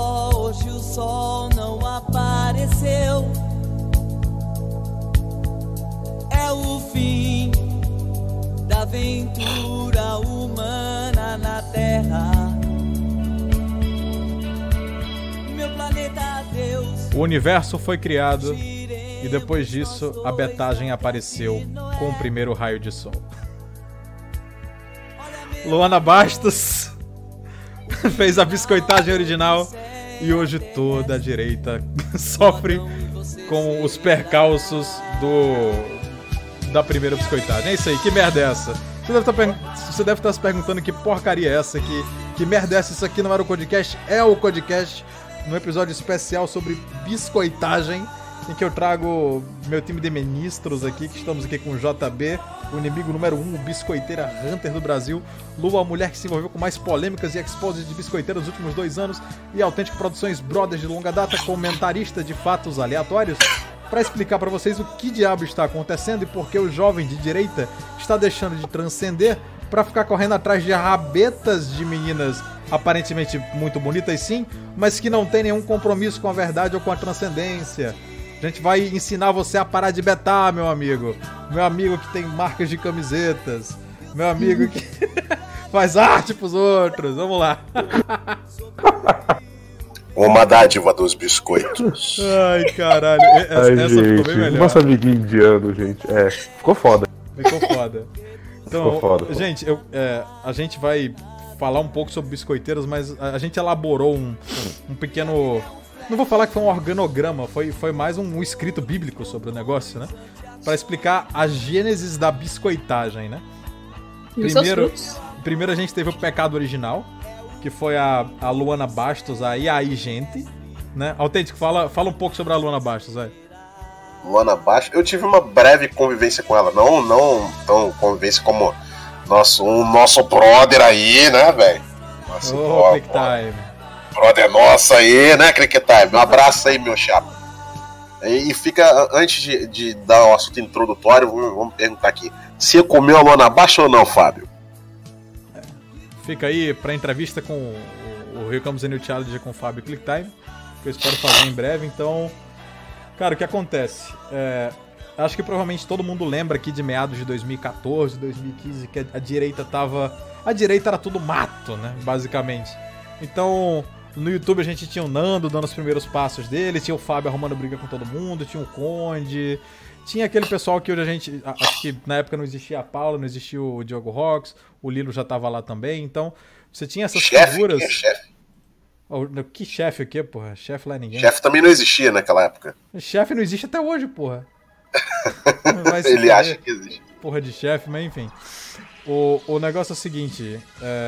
hoje o sol não apareceu. É o fim da aventura humana na Terra. Meu planeta Deus. O universo foi criado e depois disso a Betagem apareceu com o primeiro raio de sol. Luana Bastos fez a biscoitagem original e hoje toda a direita sofre com os percalços da primeira biscoitagem. É isso aí, que merda é essa? Você deve estar se perguntando que porcaria é essa, que merda é essa? Isso aqui não era o Codecast? É o Codecast, num episódio especial sobre biscoitagem, em que eu trago meu time de ministros aqui, que estamos aqui com o JB, o inimigo número 1, o biscoiteira Hunter do Brasil, Lu, a mulher que se envolveu com mais polêmicas e exposes de biscoiteira nos últimos 2 anos, e Autêntico Produções Brothers de longa data, comentarista de fatos aleatórios, para explicar para vocês o que diabo está acontecendo e por que o jovem de direita está deixando de transcender para ficar correndo atrás de rabetas de meninas aparentemente muito bonitas sim, mas que não tem nenhum compromisso com a verdade ou com a transcendência. A gente vai ensinar você a parar de betar, meu amigo. Meu amigo que tem marcas de camisetas. Meu amigo que faz arte pros outros. Vamos lá. Uma dádiva dos biscoitos. Ai, caralho. Essa gente, ficou bem melhor. Nosso amiguinho indiano, gente. Ficou foda. Ficou foda. Então, ficou foda. Gente, a gente vai falar um pouco sobre biscoiteiros, mas a gente elaborou um pequeno... Não vou falar que foi um organograma, foi mais um escrito bíblico sobre o negócio, né? Pra explicar a gênesis da biscoitagem, né? Primeiro a gente teve o pecado original, que foi a Luana Bastos, E aí, gente, né? Autêntico, fala um pouco sobre a Luana Bastos, velho. Luana Bastos, eu tive uma breve convivência com ela, não tão convivência como nosso brother aí, né, velho? Click Time. Brother nossa aí, né, Cricket Time? Um abraço aí, meu chapa. E fica, antes de dar o assunto introdutório, vamos perguntar aqui. Você comeu a Luana Bastos ou não, Fábio? Fica aí pra entrevista com o Here Comes a New Challenge com o Fábio Click Time, que eu espero fazer em breve. Então, cara, o que acontece? Acho que provavelmente todo mundo lembra aqui de meados de 2014, 2015, que a direita era tudo mato, né, basicamente. Então... No YouTube a gente tinha o Nando dando os primeiros passos dele, tinha o Fábio arrumando briga com todo mundo, tinha o Conde, tinha aquele pessoal que hoje a gente... Acho que na época não existia a Paula, não existia o Diogo Rocks, o Lilo já tava lá também, então você tinha essas figuras... Quem é chefe? Que chefe o quê, porra? Chefe lá é ninguém. Chefe também não existia naquela época. Chefe não existe até hoje, porra. Ele acha que existe. Porra de chefe, mas enfim. O negócio é o seguinte,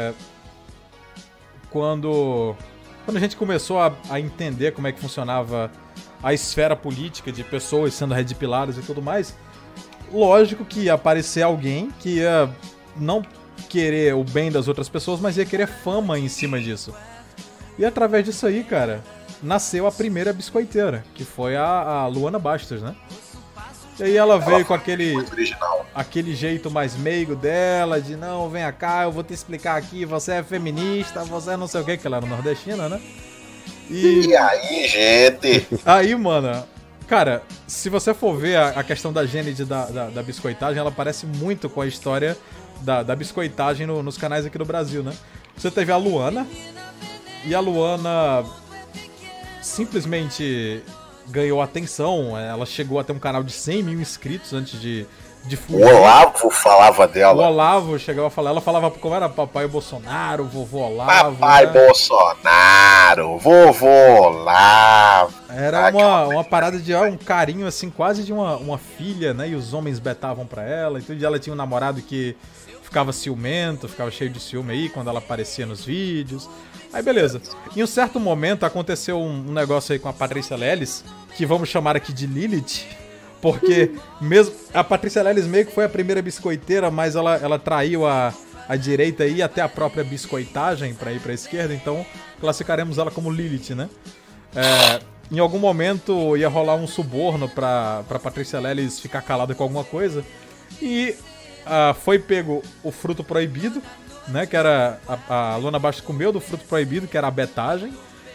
Quando a gente começou a entender como é que funcionava a esfera política de pessoas sendo redipiladas e tudo mais, lógico que ia aparecer alguém que ia não querer o bem das outras pessoas, mas ia querer fama em cima disso. E através disso aí, cara, nasceu a primeira biscoiteira, que foi a Luana Bastos, né? E aí ela veio com aquele jeito mais meigo dela, de não, vem cá, eu vou te explicar aqui, você é feminista, você é não sei o que ela era nordestina, né? E aí, gente? Aí, mano, cara, se você for ver a questão da gênese da biscoitagem, ela parece muito com a história da biscoitagem nos canais aqui do Brasil, né? Você teve a Luana, e a Luana simplesmente... ganhou atenção, ela chegou a ter um canal de 100 mil inscritos antes de fugir. O Olavo falava dela. O Olavo chegava a falar, ela falava como era papai Bolsonaro, vovô Olavo. Papai, né? Bolsonaro, vovô Olavo. Era uma parada de um carinho assim, quase de uma filha, né? E os homens betavam pra ela, e ela tinha um namorado que ficava ciumento, ficava cheio de ciúme aí quando ela aparecia nos vídeos. Aí beleza. Em um certo momento aconteceu um negócio aí com a Patrícia Leles, que vamos chamar aqui de Lilith, porque mesmo a Patrícia Leles meio que foi a primeira biscoiteira, mas ela traiu a direita e até a própria biscoitagem pra ir pra esquerda, então classificaremos ela como Lilith, né? Em algum momento ia rolar um suborno pra Patrícia Leles ficar calada com alguma coisa, e foi pego o fruto proibido, né, que era a Luana Bastos comeu do fruto proibido, que era a betagem,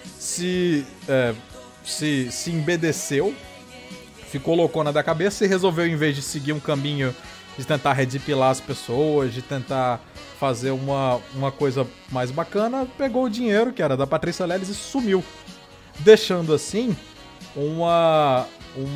se embedeceu, ficou loucona da cabeça e resolveu, em vez de seguir um caminho de tentar redipilar as pessoas, de tentar fazer uma coisa mais bacana, pegou o dinheiro, que era da Patrícia Leles, e sumiu. Deixando, assim, uma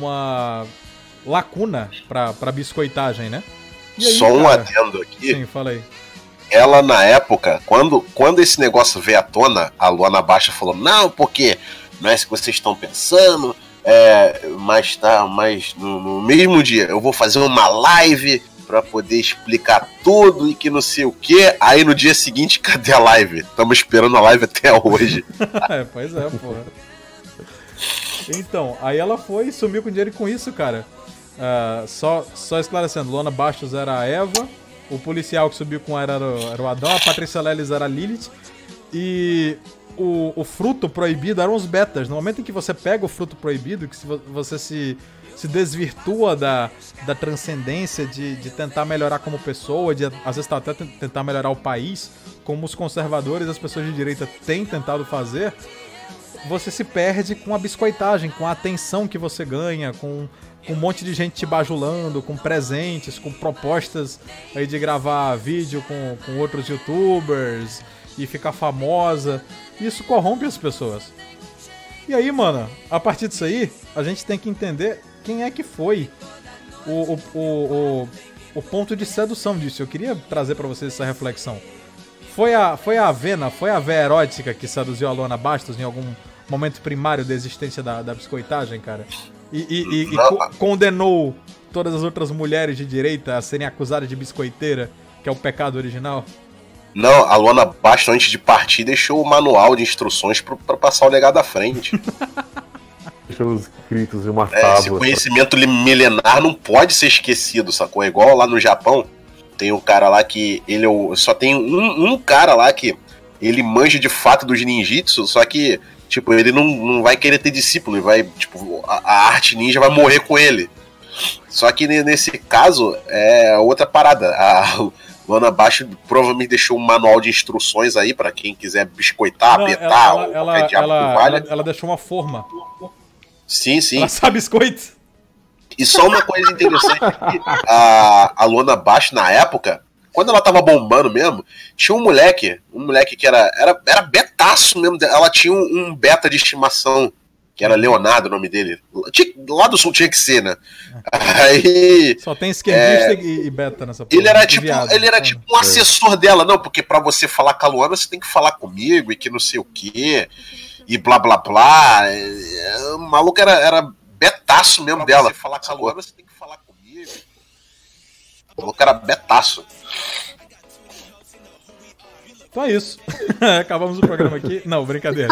lacuna pra biscoitagem, né? E aí, Só um cara, adendo aqui. Sim, fala aí. Ela, na época, quando esse negócio veio à tona, a Luana Baixa falou, não, porque não é isso que vocês estão pensando, mas no mesmo dia eu vou fazer uma live pra poder explicar tudo e que não sei o que. Aí no dia seguinte, cadê a live? Estamos esperando a live até hoje. Pois é, porra. Então, aí ela foi e sumiu com dinheiro, e com isso, cara, só esclarecendo, Luana Bastos era a Eva, o policial que subiu com ela era o Adão, a Patrícia Leles era a Lilith, e o fruto proibido eram os betas. No momento em que você pega o fruto proibido, que você se desvirtua da transcendência de tentar melhorar como pessoa, de às vezes até tentar melhorar o país, como os conservadores e as pessoas de direita têm tentado fazer, você se perde com a biscoitagem, com a atenção que você ganha, com um monte de gente te bajulando, com presentes, com propostas aí de gravar vídeo com outros youtubers e ficar famosa. Isso corrompe as pessoas. E aí, mano, a partir disso aí, a gente tem que entender quem é que foi o ponto de sedução disso. Eu queria trazer pra vocês essa reflexão. Foi a Avena, foi a véia erótica que seduziu a Luana Bastos em algum momento primário da existência da biscoitagem, cara? E condenou todas as outras mulheres de direita a serem acusadas de biscoiteira, que é o pecado original? Não, a Luana Bastos, antes de partir, deixou o manual de instruções pra passar o legado à frente. Deixou os escritos em uma tábua. Esse conhecimento milenar não pode ser esquecido, sacou? É igual lá no Japão. Tem um cara lá que só tem um cara lá que ele manja de fato dos ninjitsu, só que, tipo, ele não vai querer ter discípulo, vai, tipo, a arte ninja vai morrer com ele. Só que nesse caso é outra parada. A Luana Bastos provavelmente deixou um manual de instruções aí pra quem quiser biscoitar, apertar, ou qualquer diabo que valha. Ela deixou uma forma. Sim. Ela sabe biscoito. E só uma coisa interessante aqui, a Luana Bastos, na época, quando ela tava bombando mesmo, tinha um moleque que era betaço mesmo, ela tinha um beta de estimação, que era Leonardo o nome dele. Lá do sul tinha que ser, né? Aí, só tem esquerdista e beta nessa porra. Ele era tipo um assessor dela, não, porque pra você falar com a Luana, você tem que falar comigo, e que não sei o quê, e blá blá blá. O maluco era betaço mesmo pra dela. Você falar com a Luana, você tem que falar comigo. O maluco era betaço. Então é isso. Acabamos o programa aqui. Não, brincadeira.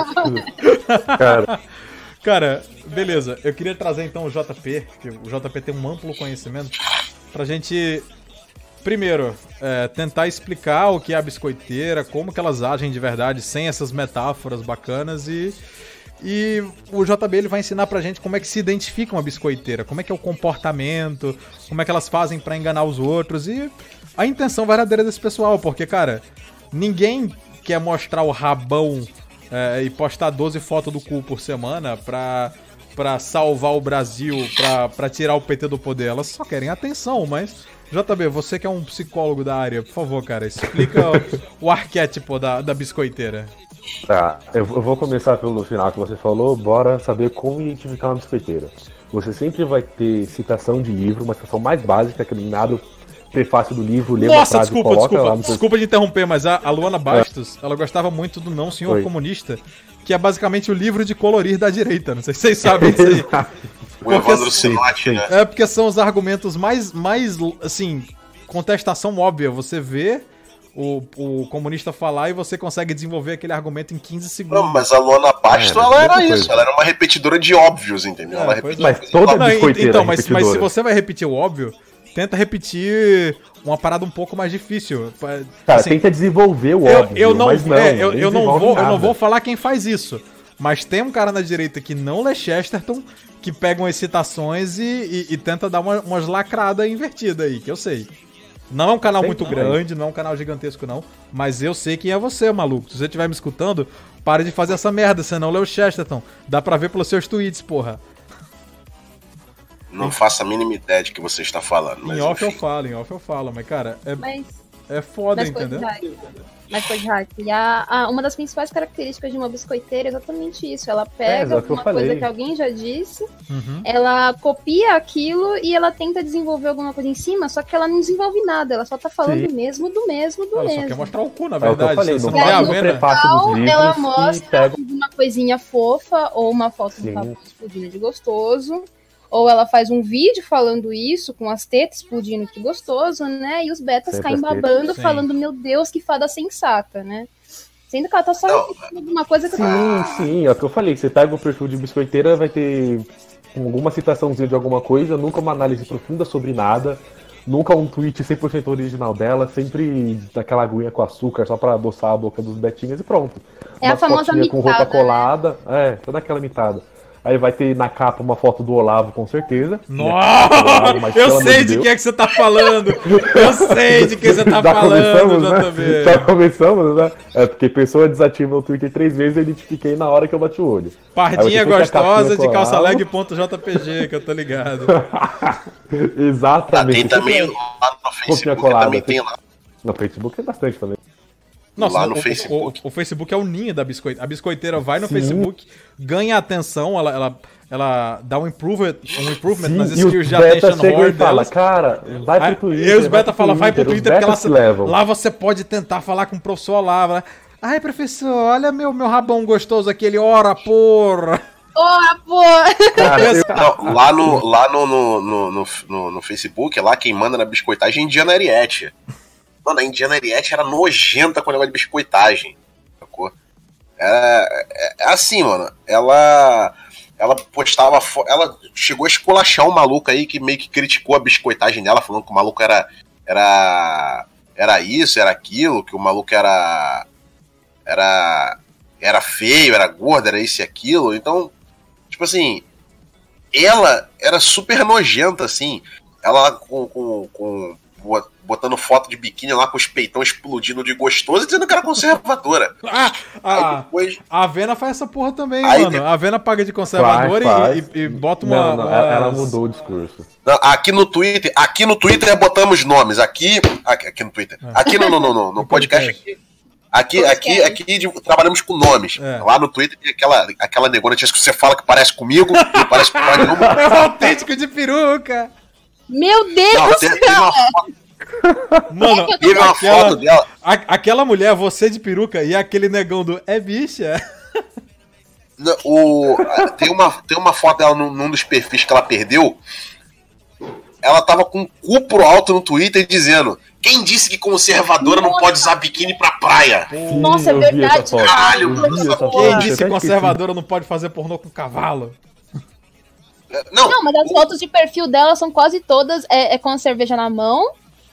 Cara, beleza. Eu queria trazer então o JP, que o JP tem um amplo conhecimento, pra gente, primeiro, tentar explicar o que é a biscoiteira, como que elas agem de verdade, sem essas metáforas bacanas, e o JB ele vai ensinar pra gente como é que se identifica uma biscoiteira, como é que é o comportamento, como é que elas fazem pra enganar os outros, e a intenção verdadeira desse pessoal, porque, cara, ninguém quer mostrar o rabão e postar 12 fotos do cu por semana pra salvar o Brasil, pra tirar o PT do poder. Elas só querem atenção, mas... JB, você que é um psicólogo da área, por favor, cara, explica o arquétipo da biscoiteira. Tá, eu vou começar pelo final que você falou, bora saber como identificar uma biscoiteira. Você sempre vai ter citação de livro, uma citação mais básica, aquele nada prefácio do livro, lê uma frase e coloca lá no... Desculpa de interromper, mas a Luana Bastos, ela gostava muito do Não Senhor Comunista, que é basicamente o livro de colorir da direita, não sei se vocês sabem disso aí. O Evandro Sinotti, né? É, porque são os argumentos mais, assim, contestação óbvia. Você vê o comunista falar e você consegue desenvolver aquele argumento em 15 segundos. Não, mas a Luana Bastos, ela era isso. Ela era uma repetidora de óbvios, entendeu? Ela mas toda biscoiteira então, mas se você vai repetir o óbvio, tenta repetir uma parada um pouco mais difícil. Cara, assim, tenta desenvolver o óbvio. Eu não vou falar quem faz isso. Mas tem um cara na direita que não lê Chesterton, que pega umas citações e tenta dar umas lacradas invertidas aí, que eu sei. Não é um canal muito Sempre. grande, não é um canal gigantesco, não. Mas eu sei quem é você, maluco. Se você estiver me escutando, pare de fazer essa merda, senão lê o Chesterton. Dá pra ver pelos seus tweets, porra. Não faço a mínima ideia de que você está falando. Mas Em off enfim. em off eu falo. Mas, cara, Mas é foda, Mas entendeu? coisa de hack. E uma das principais características de uma biscoiteira é exatamente isso. Ela É, pega é o que eu alguma coisa falei. que alguém já disse, Uhum. ela copia aquilo e ela tenta desenvolver alguma coisa em cima, só que ela não desenvolve nada. Ela só tá falando Sim. mesmo do mesmo. Ela só quer mostrar o cu, na É o que eu verdade. falei, Você não não vê a faz no vena. prefácio dos livros Ela e mostra pega... uma coisinha fofa ou uma foto de Sim. um explodindo de gostoso. Ou ela faz um vídeo falando isso, com as tetas explodindo de gostoso, né? E os betas Sempre caem as tetas. babando, Sim. falando, meu Deus, que fada sensata, né? Sendo que ela tá só Não. repetindo alguma coisa que Sim, é o que eu falei. Você pega o perfil de biscoiteira, vai ter alguma citaçãozinha de alguma coisa, nunca uma análise profunda sobre nada, nunca um tweet 100% original dela, sempre daquela aguinha com açúcar só pra adoçar a boca dos betinhos e pronto. É a Umas famosa fotinhas com mitada, roupa colada, toda aquela mitada. Aí vai ter na capa uma foto do Olavo, com certeza. Nossa! Mas, Eu pelo amor sei de de Deus. quem é que você tá falando! Eu sei de quem você tá Já falando, começamos, né? JB. Já começamos, né? É porque pessoa desativa o Twitter 3 vezes, eu identifiquei na hora que eu bati o olho. Pardinha Aí você fica gostosa capinha de com calçaleg.jpg, que eu tô ligado. Exatamente. Tem também Sempre- lá no Roupinha Facebook, colada. também tem lá. No Facebook é bastante também. Nossa, Lá no o Facebook. O Facebook é o ninho da biscoiteira. A biscoiteira vai no Sim. Facebook, ganha atenção, ela dá um improvement nas e skills os de beta attention chegam whore e fala, delas. cara, vai pro Twitter. E os beta falam, vai pro os Twitter, porque betas se levam. lá você pode tentar falar com o professor Olavo. Né? Ai, professor, olha meu rabão gostoso aqui, ele ora, porra. Porra, pô! Cara, eu- Não, lá no Facebook, lá quem manda na biscoitagem é a Indiana Ariete. Mano, a Indiana Ariete era nojenta com o negócio de biscoitagem. Sacou? É assim, mano. Ela postava. Ela chegou a esculachar um maluco aí que meio que criticou a biscoitagem dela, falando que o maluco era isso, era aquilo, que o maluco era feio, era gordo, era isso e aquilo. Então, tipo assim, ela era super nojenta, assim. Ela botando foto de biquíni lá com os peitão explodindo de gostoso e dizendo que era conservadora. Aí depois. A Vena faz essa porra também, Aí mano. A Vena paga de conservador Faz. e bota uma... Não, ela mudou o discurso. Não, aqui no Twitter botamos nomes. Aqui no Twitter. Aqui no podcast aqui. Trabalhamos com nomes. É. Lá no Twitter tem aquela negona que você fala que parece comigo, não parece com mais nenhuma. É o autêntico de peruca. Meu Deus Não, do teve céu! uma foto, Mano, teve uma foto dela. aquela mulher, você de peruca e aquele negão do é bicha. Tem uma foto dela num dos perfis que ela perdeu. Ela tava com o cu pro alto no Twitter dizendo: quem disse que conservadora não pode usar biquíni pra praia? Nossa, é eu vi verdade. essa foto. Caralho, Eu vi essa foto. Quem Eu disse até conservadora não pode fazer pornô com cavalo? Não, mas as fotos de perfil dela são quase todas com a cerveja na mão,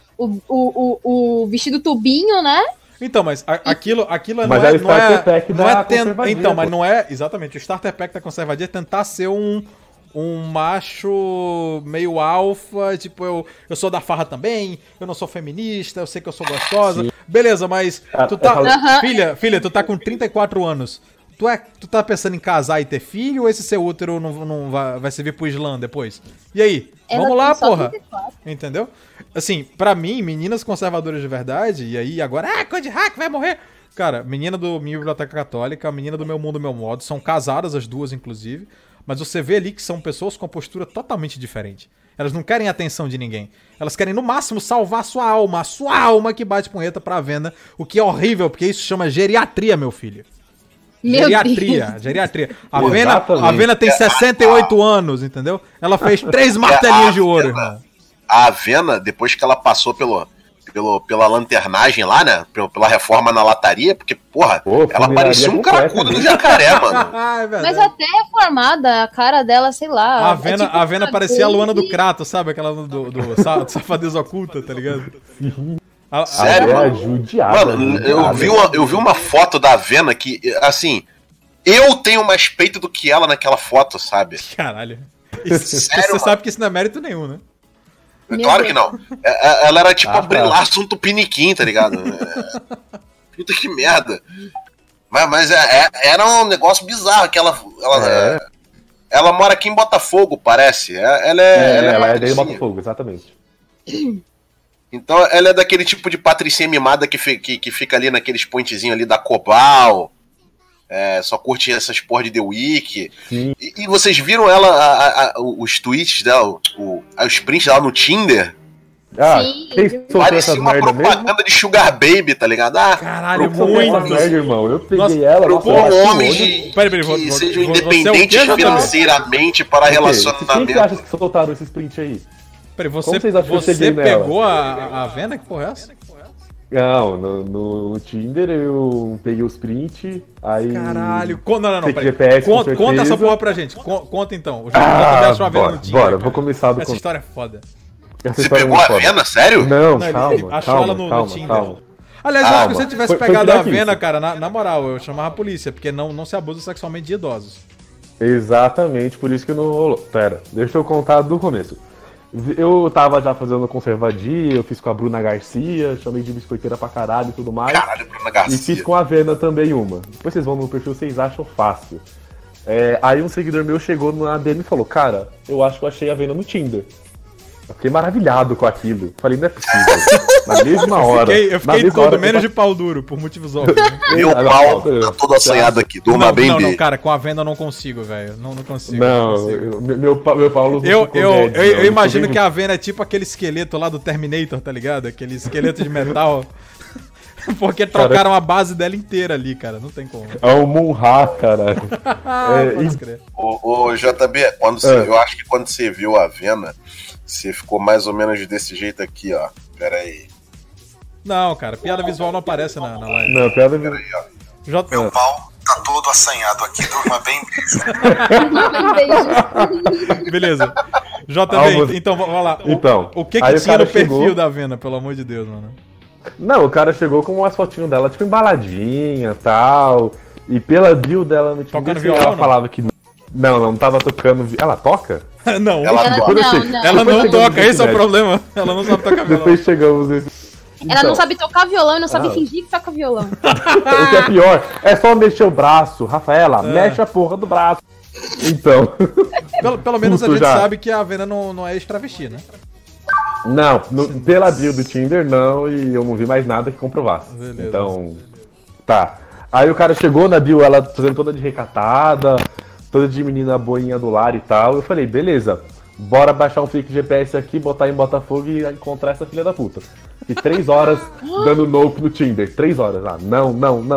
o vestido tubinho, né? Então, mas aquilo Mas é o starter pack da conservadia, então, mas pô. não é exatamente. O starter pack da conservadia é tentar ser um macho meio alfa, tipo, eu sou da farra também, eu não sou feminista, eu sei que eu sou gostosa. Beleza, mas tu tá. Aham. Filha, tu tá com 34 anos. Tu tá pensando em casar e ter filho ou esse seu útero não vai servir pro Islã depois? E aí? Ela Vamos lá, tem só porra. 34. Entendeu? Assim, pra mim, meninas conservadoras de verdade, e aí agora, Code Hack vai morrer. Cara, menina do minha biblioteca católica, menina do meu mundo, meu modo, são casadas as duas, inclusive, mas você vê ali que são pessoas com postura totalmente diferente. Elas não querem a atenção de ninguém. Elas querem, no máximo, salvar a sua alma que bate punheta pra venda, o que é horrível, porque isso chama geriatria, meu filho. Meu Geriatria. A Exatamente. Vena tem 68 anos, entendeu? Ela fez 3 martelinhos de ouro, irmão. A Avena, depois que ela passou pela lanternagem lá, né? Pela reforma na lataria, porque, porra, Pô, ela fulminaria parecia um completa, cracudo do né? jacaré, mano. Ah, é verdade. Mas até reformada, a cara dela, sei lá. A Vena, tipo a Vena parecia a Luana do Baby. Kratos, sabe? Aquela do Safadeza Oculta, tá ligado? Sério, É mano? judiada. Mano, judiada. eu vi uma foto da Avena que, assim, eu tenho mais peito do que ela naquela foto, sabe? Caralho. Sério, Você mano? sabe que isso não é mérito nenhum, né? Claro que não. Ela era tipo a Brie Larson Tupiniquim, tá ligado? Puta que merda. Mas era um negócio bizarro que ela mora aqui em Botafogo, parece. Ela é de Botafogo, exatamente. Então ela é daquele tipo de patricinha mimada que fica ali naqueles pointzinhos ali da Cobal. Só curte essas porra de The Week. E vocês viram ela, os tweets dela, os prints dela no Tinder? Sim. Parecia uma propaganda mesmo? De Sugar Baby, tá ligado? Caralho, muito. Merda, irmão. Eu peguei ela. Homens que sejam independentes financeiramente para relacionamento. Quem que acha que soltaram esses prints aí? Peraí, você pegou a Vena? Que porra é essa? Não, no Tinder eu peguei os prints, aí... Caralho, não, peraí. GPS, conta essa porra pra gente, conta então. Eu achou a Vena no Tinder. Bora, vou começar do Essa história é foda. Você pegou a Vena, sério? Não, achou ela no Tinder. Aliás, se você tivesse pegado a Vena, cara, na moral, eu chamava a polícia, porque não se abusa sexualmente de idosos. Exatamente, por isso que não rolou. Pera, deixa eu contar do começo. Eu tava já fazendo conservadia, eu fiz com a Bruna Garcia, chamei de biscoiteira pra caralho e tudo mais. Caralho, Bruna Garcia. E fiz com a Vena também uma. Depois vocês vão no perfil, vocês acham fácil. Aí um seguidor meu chegou na DM e falou, cara, eu acho que eu achei a Vena no Tinder. Eu fiquei maravilhado com aquilo. Falei, não é possível. Na mesma hora. Eu fiquei todo menos de pau duro, por motivos óbvios. Né? Meu pau tá todo assanhado aqui. Durma bem dele. Não, cara, com a Venda eu não consigo, velho. Não consigo. Meu pau... Eu imagino que a Venda é tipo aquele esqueleto lá do Terminator, tá ligado? Aquele esqueleto de metal. Porque trocaram a base dela inteira ali, cara. Não tem como. É o Munra, caralho. Pode crer. Ô, JB, eu acho que quando você viu a Vena, você ficou mais ou menos desse jeito aqui, ó. Pera aí. Não, cara, piada visual não aparece na live. Não, piada visual. Meu pau tá todo assanhado aqui, durma bem, beijo. Beleza. JB, então, vamos lá. O que tinha no perfil da Vena, pelo amor de Deus, mano? Não, o cara chegou com umas fotinhas dela, tipo, embaladinha e tal. E pela bio dela no Tinder, ela falava que... Não tava tocando... Ela toca? Não. Ela não toca, esse é o problema. Ela não sabe tocar violão. Depois chegamos nesse... Ela não sabe tocar violão e não sabe fingir que toca violão. O que é pior, é só mexer o braço. Rafaela, mexe a porra do braço. Então... Pelo menos a gente sabe que a Vena não é travesti, né? Não, pela bio do Tinder não, e eu não vi mais nada que comprovasse. Beleza. Então, tá. Aí o cara chegou na bio, ela fazendo toda de recatada, toda de menina boinha do lar e tal. Eu falei, beleza, bora baixar um fake GPS aqui, botar em Botafogo e encontrar essa filha da puta. E 3 horas dando nope no Tinder, 3 horas lá. Não.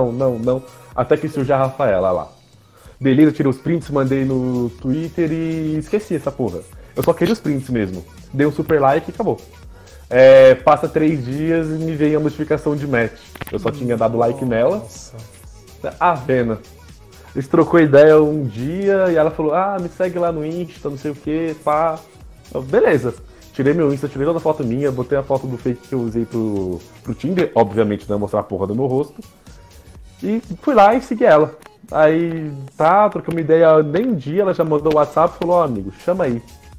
Até que surge a Rafaela lá. Beleza, tirei os prints, mandei no Twitter e esqueci essa porra. Eu só queria os prints mesmo. Dei um super like e acabou. Passa 3 dias e me veio a notificação de match. Eu só tinha dado like nela. A Vena. A gente trocou ideia um dia e ela falou, me segue lá no Insta, não sei o que, pá. Beleza. Tirei meu Insta, tirei toda a foto minha, botei a foto do fake que eu usei pro Tinder. Obviamente não ia mostrar a porra do meu rosto. E fui lá e segui ela. Aí, troquei uma ideia, nem um dia ela já mandou o WhatsApp e falou, amigo, chama aí.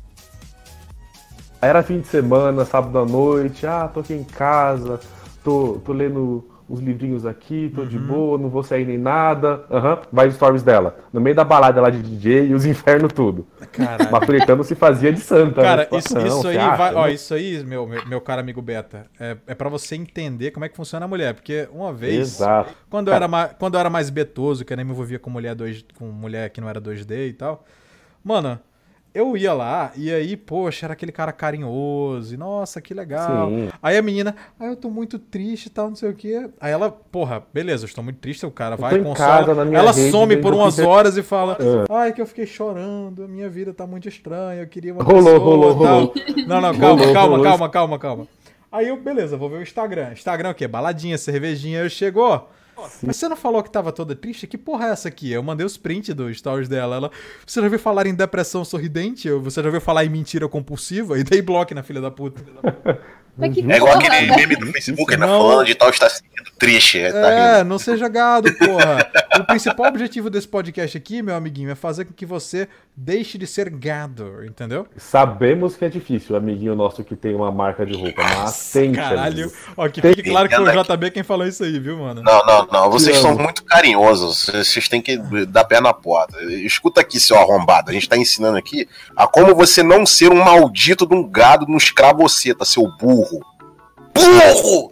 Aí era fim de semana, sábado à noite, tô aqui em casa, tô lendo uns livrinhos aqui, tô de boa, não vou sair nem nada. Vai os stories dela. No meio da balada lá de DJ e os infernos tudo. Caralho. Mas flertando se fazia de santa. Cara, isso aí, meu caro amigo Beta, é pra você entender como é que funciona a mulher. Porque uma vez, exato, quando eu era mais betoso, que eu nem me envolvia com mulher que não era 2D e tal, mano... Eu ia lá, e aí, poxa, era aquele cara carinhoso, e nossa, que legal. Sim. Aí a menina, eu tô muito triste e tal, não sei o quê. Aí ela, porra, beleza, eu estou muito triste, o cara vai, consola. Ela some por umas horas e fala, que eu fiquei chorando, a minha vida tá muito estranha, eu queria uma rolou. Não, calma. Aí eu, beleza, vou ver o Instagram. Instagram é o quê? Baladinha, cervejinha, eu chegou... Mas você não falou que tava toda triste? Que porra é essa aqui? Eu mandei os prints dos stories dela. Você já ouviu falar em depressão sorridente? Você já ouviu falar em mentira compulsiva? E dei bloco na filha da puta. Mas que É igual porra, aquele velho. meme do Facebook, né? Não. Falando de tal está sendo triste. Tá rindo. Não seja gado, porra. O principal objetivo desse podcast aqui, meu amiguinho, é fazer com que você deixe de ser gado, entendeu? Sabemos que é difícil, amiguinho nosso que tem uma marca de roupa, mas tenta. Caralho. amigo. Ó, que fique claro que foi o Entenda JB quem falou isso aí, viu, mano? Não. Vocês Te são amo. muito carinhosos. Vocês têm que dar pé na porta. Escuta aqui, seu arrombado. A gente tá ensinando aqui a como você não ser um maldito de um gado, de um escravoceta, seu burro. Burro!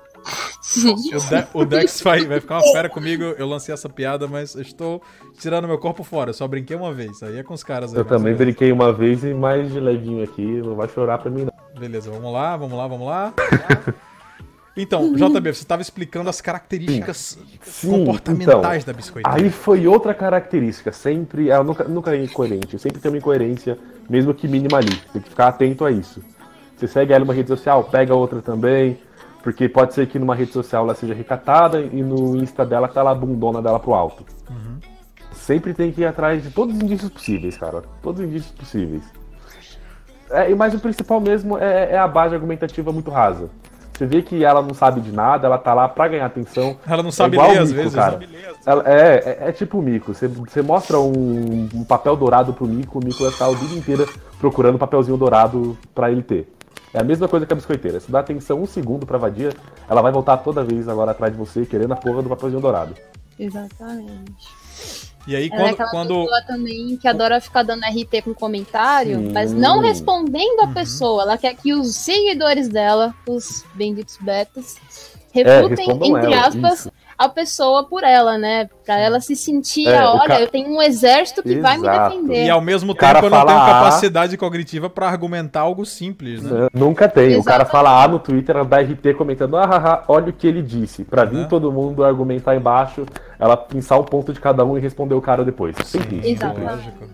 O Dex vai ficar uma fera comigo. Eu lancei essa piada, mas eu estou tirando meu corpo fora. Eu só brinquei uma vez. Aí é com os caras aí. Eu mas também beleza. brinquei uma vez e mais de levinho aqui, não vai chorar pra mim não. Beleza, vamos lá. Então, JB, você estava explicando as características comportamentais da biscoiteira. Aí foi outra característica, sempre, ela nunca é incoerente, sempre tem uma incoerência, mesmo que minimalista, tem que ficar atento a isso. Você segue ela numa rede social, pega outra também, porque pode ser que numa rede social ela seja recatada e no Insta dela tá lá a bundona dela pro alto. Sempre tem que ir atrás de todos os indícios possíveis, cara, todos os indícios possíveis. Mas o principal mesmo é a base argumentativa muito rasa. Você vê que ela não sabe de nada, ela tá lá pra ganhar atenção. Ela não sabe igual ler, o às mico, vezes, cara. né? É tipo o mico. Você mostra um papel dourado pro mico, o mico vai estar a vida inteira procurando um papelzinho dourado pra ele ter. É a mesma coisa que a biscoiteira. Se dá atenção um segundo pra vadia, ela vai voltar toda vez agora atrás de você, querendo a porra do papelzinho dourado. Exatamente. E aí, Ela é aquela pessoa também que adora ficar dando RT com comentário, mas não respondendo a pessoa. Ela quer que os seguidores dela, os benditos betas, refutem, respondam entre ela, aspas, isso. a pessoa por ela, né? Pra ela se sentir, o olha, ca- eu tenho um exército que vai me Exato. defender. E ao mesmo cara tempo eu não fala tenho A. capacidade cognitiva pra argumentar algo simples, né? Nunca tem. O cara Exatamente. fala A no Twitter, ela dá RT comentando, olha o que ele disse. Pra vir Né? todo mundo argumentar embaixo, ela pensar o ponto de cada um e responder o cara depois. Sempre isso. Exatamente. lógico.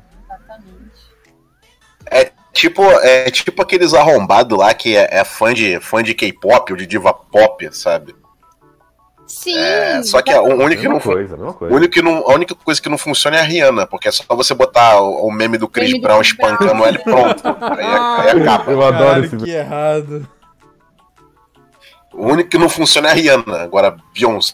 Exatamente. É tipo aqueles arrombados lá que é fã de K-pop ou de diva pop, sabe? Sim. Só que o único que Mesma não coisa, mesma coisa. a única coisa que não funciona é a Rihanna, porque é só você botar o meme do Chris Meme do Brown Chris Brown. espancando ela e pronto. Aí acaba. Eu adoro Caralho, esse que errado. O único que não funciona é a Rihanna. Agora, Beyoncé,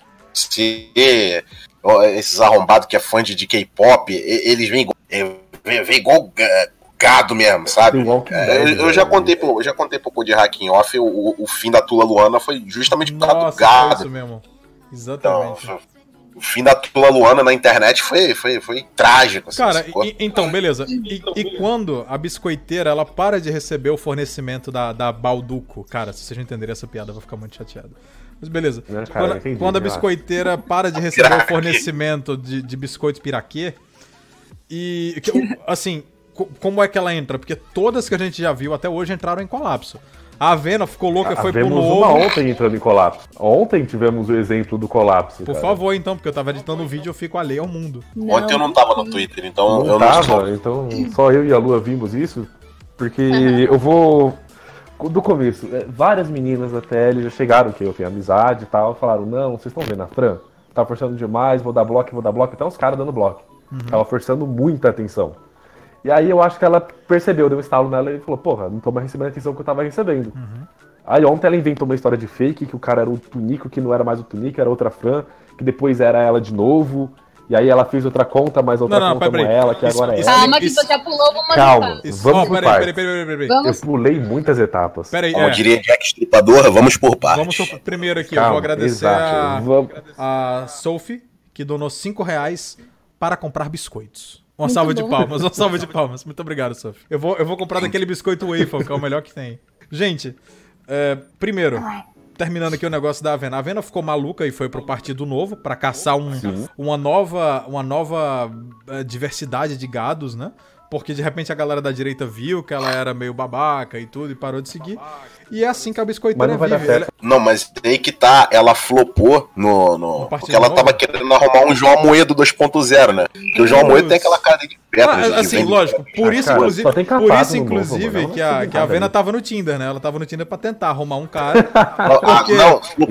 esses arrombados que é fã de K-pop, eles vêm igual gado mesmo, sabe? Tem Walking Dead, Eu já velho. contei pro de Hacking Off, o fim da Tula Luana foi justamente por causa do Nossa, foi gado. isso mesmo. Então, Exatamente. o fim da Tula Luana na internet foi trágico. Assim, Cara, sacou? então, beleza. E quando a biscoiteira, ela para de receber o fornecimento da Balduco? Cara, se vocês não entenderem essa piada, eu vou ficar muito chateado. Mas beleza. Cara, eu entendi, Quando a relaxa. biscoiteira para de receber o Piraquê. fornecimento de biscoitos piraquê, e, assim, como é que ela entra? Porque todas que a gente já viu até hoje entraram em colapso. A Avena ficou louca, foi pro Tivemos uma novo. ontem entrando em colapso. Ontem tivemos o exemplo do colapso. Por cara. favor, então, porque eu tava editando o vídeo e eu fico alheio ao mundo. Ontem eu não tava no Twitter, então Não eu não tava, sou. então só eu e a Lua vimos isso. Porque eu vou. Do começo, várias meninas da TL já chegaram, que eu tenho amizade e tal, falaram: não, vocês estão vendo a Fran? Tá forçando demais, vou dar bloco. Até uns caras dando bloco. Tava forçando muita atenção. E aí eu acho que ela percebeu, deu um estalo nela e falou: porra, não tô mais recebendo a atenção que eu tava recebendo. Aí ontem ela inventou uma história de fake, que o cara era o Tunico, que não era mais o Tunico, era outra Fran, que depois era ela de novo. E aí ela fez outra conta, mas outra conta não é ela, que agora é ela. Calma que você já pulou uma Calma, Isso, vamos ó, por peraí. partes. Vamos. Eu pulei muitas etapas. Peraí, Como diria Jack Stripador, vamos por partes. Vamos primeiro aqui, eu Calma, vou agradecer exato. Vamos- a Sophie, que donou R$5 para comprar biscoitos. Uma Muito salva de bom. palmas, uma salva de palmas. Muito obrigado, Sophie. Eu vou comprar daquele biscoito waffle, que é o melhor que tem. Gente, primeiro, terminando aqui o negócio da Avena. A Avena ficou maluca e foi pro Partido Novo para caçar uma nova diversidade de gados, né? Porque de repente a galera da direita viu que ela era meio babaca e tudo e parou de seguir. E é assim que a Mas biscoiteira não vai dar vive. certo. Não, mas aí que tá, ela flopou no Partido porque ela Novo? tava querendo arrumar um João Amoedo 2.0, né? Porque o João Amoedo tem aquela cara de pedra. de Assim, vende- lógico, por isso, cara, inclusive, só tem por capado isso, no Novo, inclusive mano. Ela que não a tem Avena nada tava no Tinder, né? Ela tava no Tinder pra tentar arrumar um cara. Ah, Porque-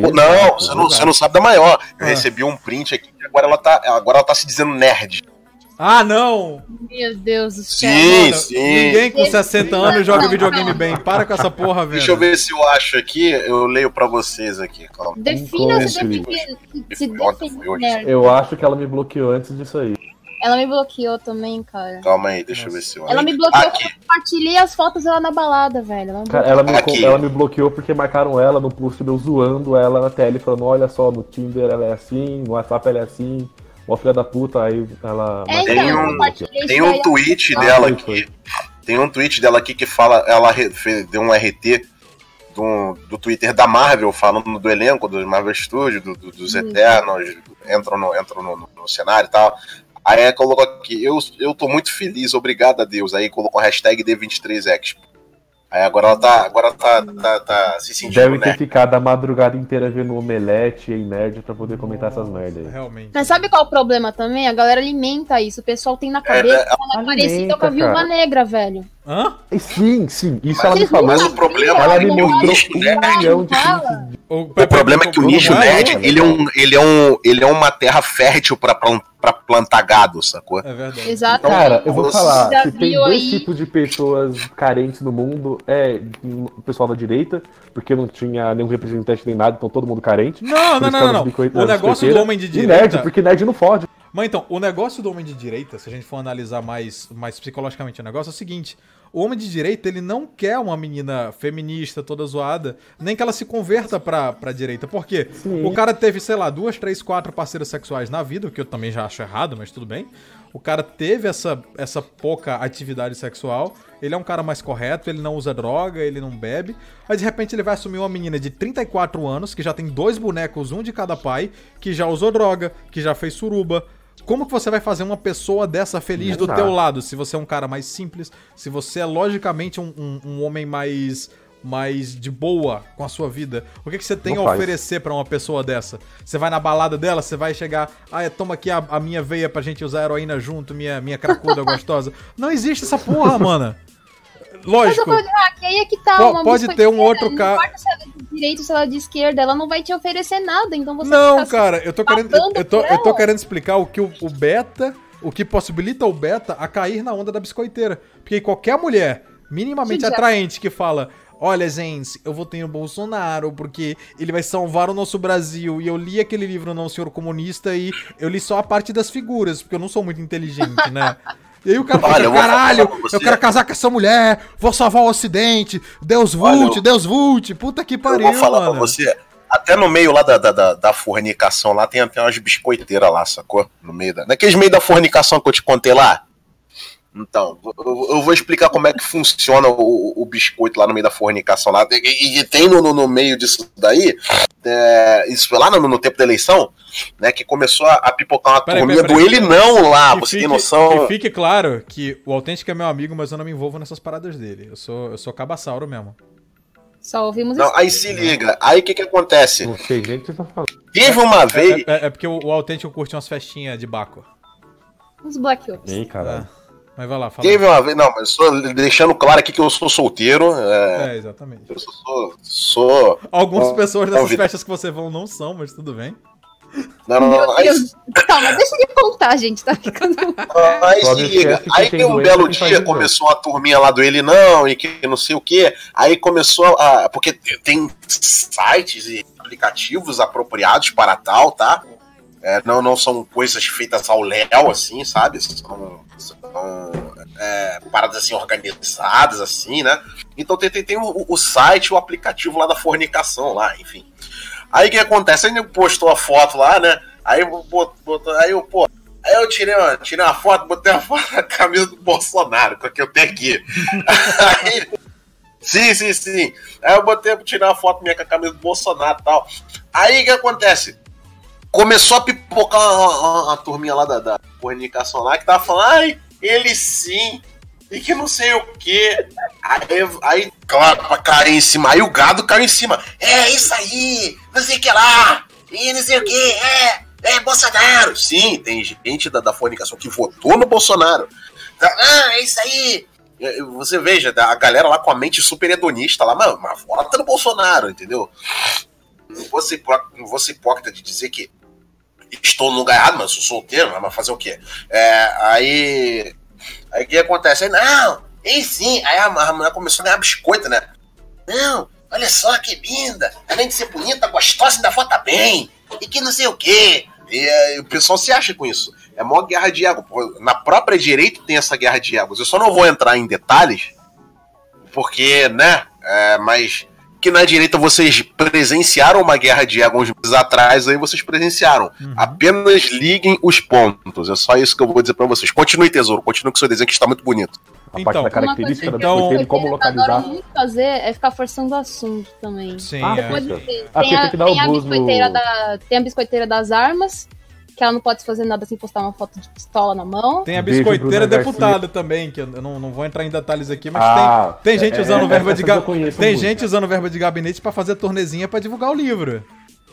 não, você não sabe da maior. Eu recebi um print aqui que agora ela tá se dizendo nerd. Ah, não! Meu Deus do céu. Sim, Mano, sim. ninguém com 60 anos joga videogame bem. Para com essa porra, velho. Deixa eu ver se eu acho aqui, eu leio pra vocês aqui. Calma. Defina se Felipe. define. Eu acho que ela me bloqueou antes disso aí. Ela me bloqueou também, cara. Calma aí, deixa eu ver se eu acho. Ela me bloqueou Aqui. porque eu compartilhei as fotos dela na balada, velho. Ela me Cara, bloqueou. Aqui. ela me bloqueou porque marcaram ela no post meu zoando ela na tele, falando, olha só, no Tinder ela é assim, no WhatsApp ela é assim, uma filha da puta, aí ela... É, Tem então, eu um- compartilhei Tem isso um daí. tweet Ah, dela foi. aqui. Tem um tweet dela aqui que fala. Ela deu um RT do Twitter da Marvel, falando do elenco, dos Marvel Studios, dos Eternos, entram no cenário e tal. Aí ela colocou aqui, eu tô muito feliz, obrigado a Deus. Aí colocou a hashtag D23Expo. Aí agora ela tá se sentindo, Deve ter né? ficado a madrugada inteira vendo Omelete e Nerd pra poder comentar essas merdas aí. Realmente. Mas sabe qual é o problema também? A galera alimenta isso. O pessoal tem na cabeça que ela é parecida com a alimenta, Viúva cara. Negra, velho. Hã? E sim, isso Mas ela me Vocês falou. Mas nunca o problema viram? Ela me Não mostrou fala, 1 milhão de não fala. prints de O problema é que o nicho Como nerd, é? ele é uma terra fértil pra plantar gado, sacou? É verdade. Exato. Cara, eu vou Você falar, já se tem viu dois aí? tipos de pessoas carentes no mundo, é o pessoal da direita, porque não tinha nenhum representante nem nada, então todo mundo carente. Não, Por não, isso não, que não. elas O negócio do homem de E nerd, direita. porque nerd não fode. Mas então, o negócio do homem de direita, se a gente for analisar mais psicologicamente o negócio, é o seguinte: o homem de direita, ele não quer uma menina feminista toda zoada, nem que ela se converta pra direita. Por quê? Sim. O cara teve, sei lá, 2, 3, 4 parceiras sexuais na vida, o que eu também já acho errado, mas tudo bem. O cara teve essa pouca atividade sexual, ele é um cara mais correto, ele não usa droga, ele não bebe, mas de repente ele vai assumir uma menina de 34 anos, que já tem 2 bonecos, um de cada pai, que já usou droga, que já fez suruba. Como que você vai fazer uma pessoa dessa feliz do Exato. teu lado? Se você é um cara mais simples, se você é logicamente um homem mais de boa com a sua vida, o que você tem Não a faz. oferecer pra uma pessoa dessa? Você vai na balada dela, você vai chegar, toma aqui a minha veia pra gente usar heroína junto, minha cracuda gostosa. Não existe essa porra, mano. Mas eu Lógico. falei, que aí é que tá. Pode ter um outro Não cara. importa se ela é de direita ou se ela é de esquerda, ela não vai te oferecer nada, então você Não, fica cara, eu tô querendo, matando eu tô por ela. querendo explicar o que o beta, o que possibilita o beta a cair na onda da biscoiteira. Porque qualquer mulher minimamente Sim, já. atraente que fala: olha, gente, eu votei no Bolsonaro porque ele vai salvar o nosso Brasil. E eu li aquele livro Não, Senhor Comunista e eu li só a parte das figuras, porque eu não sou muito inteligente, né? E aí o cara Olha, fica, eu vou caralho, falar pra você. eu quero casar com essa mulher, vou salvar o Ocidente, Deus vult, Olha, Deus vult, puta que Eu pariu, vou falar mano. pra você, até no meio lá da fornicação lá, tem até umas biscoiteiras lá, sacou? No meio naqueles meio da fornicação que eu te contei lá. Então, eu vou explicar como é que funciona o biscoito lá no meio da fornicação lá. E tem no meio disso daí, isso lá no tempo da eleição, né, que começou a pipocar uma turminha do ele não lá, você tem noção? Que fique claro que o Autêntico é meu amigo, mas eu não me envolvo nessas paradas dele. Eu sou cabaçauro mesmo. Só ouvimos Não, isso. aí se liga, aí o que acontece? Não sei nem o que você tá falando. Teve uma vez... É porque o Autêntico curte umas festinhas de baco. Uns Black Ops. Ei, caralho. Mas vai lá, fala. Teve uma vez, não, mas só deixando claro aqui que eu sou solteiro. Exatamente. Eu sou. Algumas pessoas dessas convidado. festas que você vão não são, mas tudo bem. Não, Meu aí, Deus. Calma, deixa ele contar, gente. Tá ficando. aí Só se não liga. esquece que Aí quem tem um doente belo que faz dia, isso, começou a turminha lá do ele não, e que não sei o que. Aí começou a. Porque tem sites e aplicativos apropriados para tal, tá? Não são coisas feitas ao léu, assim, sabe? São paradas assim organizadas, assim, né? Então tem o site, o aplicativo lá da fornicação lá, enfim. Aí o que acontece? Aí ele postou a foto lá, né? Aí eu tirei uma foto, botei a foto na camisa do Bolsonaro, que eu tenho aqui. Aí, sim. Aí eu tirei uma foto minha com a camisa do Bolsonaro e tal. Aí o que acontece? Começou a pipocar uma turminha lá da fornicação lá que tava falando, ai, ele sim, e que não sei o que. Aí, claro, pra cair em cima, aí o gado caiu em cima. É isso aí, não sei o que lá, e não sei o que, Bolsonaro. Sim, tem gente da fornicação que votou no Bolsonaro. É isso aí. Você veja, a galera lá com a mente super hedonista lá, mas vota no Bolsonaro, entendeu? Não vou ser hipócrita de dizer que estou no lugar errado, mas sou solteiro, mas fazer o quê? Aí o que acontece? Aí, não, sim. Aí a mulher começou a ganhar biscoito, né? Não, olha só que linda. Além de ser bonita, gostosa, ainda vota bem. E que não sei o quê. E o pessoal se acha com isso. É a maior guerra de ego. Na própria direita tem essa guerra de egos. Eu só não vou entrar em detalhes, porque, né? Mas que na direita vocês presenciaram uma guerra de ego uns meses atrás, aí vocês presenciaram. Apenas liguem os pontos. É só isso que eu vou dizer pra vocês. Continue, tesouro. Continue com o seu desenho que está muito bonito. A parte da característica da biscoiteira e como localizar. O que muito fazer é ficar forçando o assunto também. Sim, Depois tem tem a biscoiteira das armas, que ela não pode fazer nada sem postar uma foto de pistola na mão. Tem a Beijo, biscoiteira Bruna deputada Garcia. também, que eu não vou entrar em detalhes aqui, mas tem gente usando verba de gabinete. Tem gente usando verba de gabinete pra fazer tornezinha pra divulgar o livro.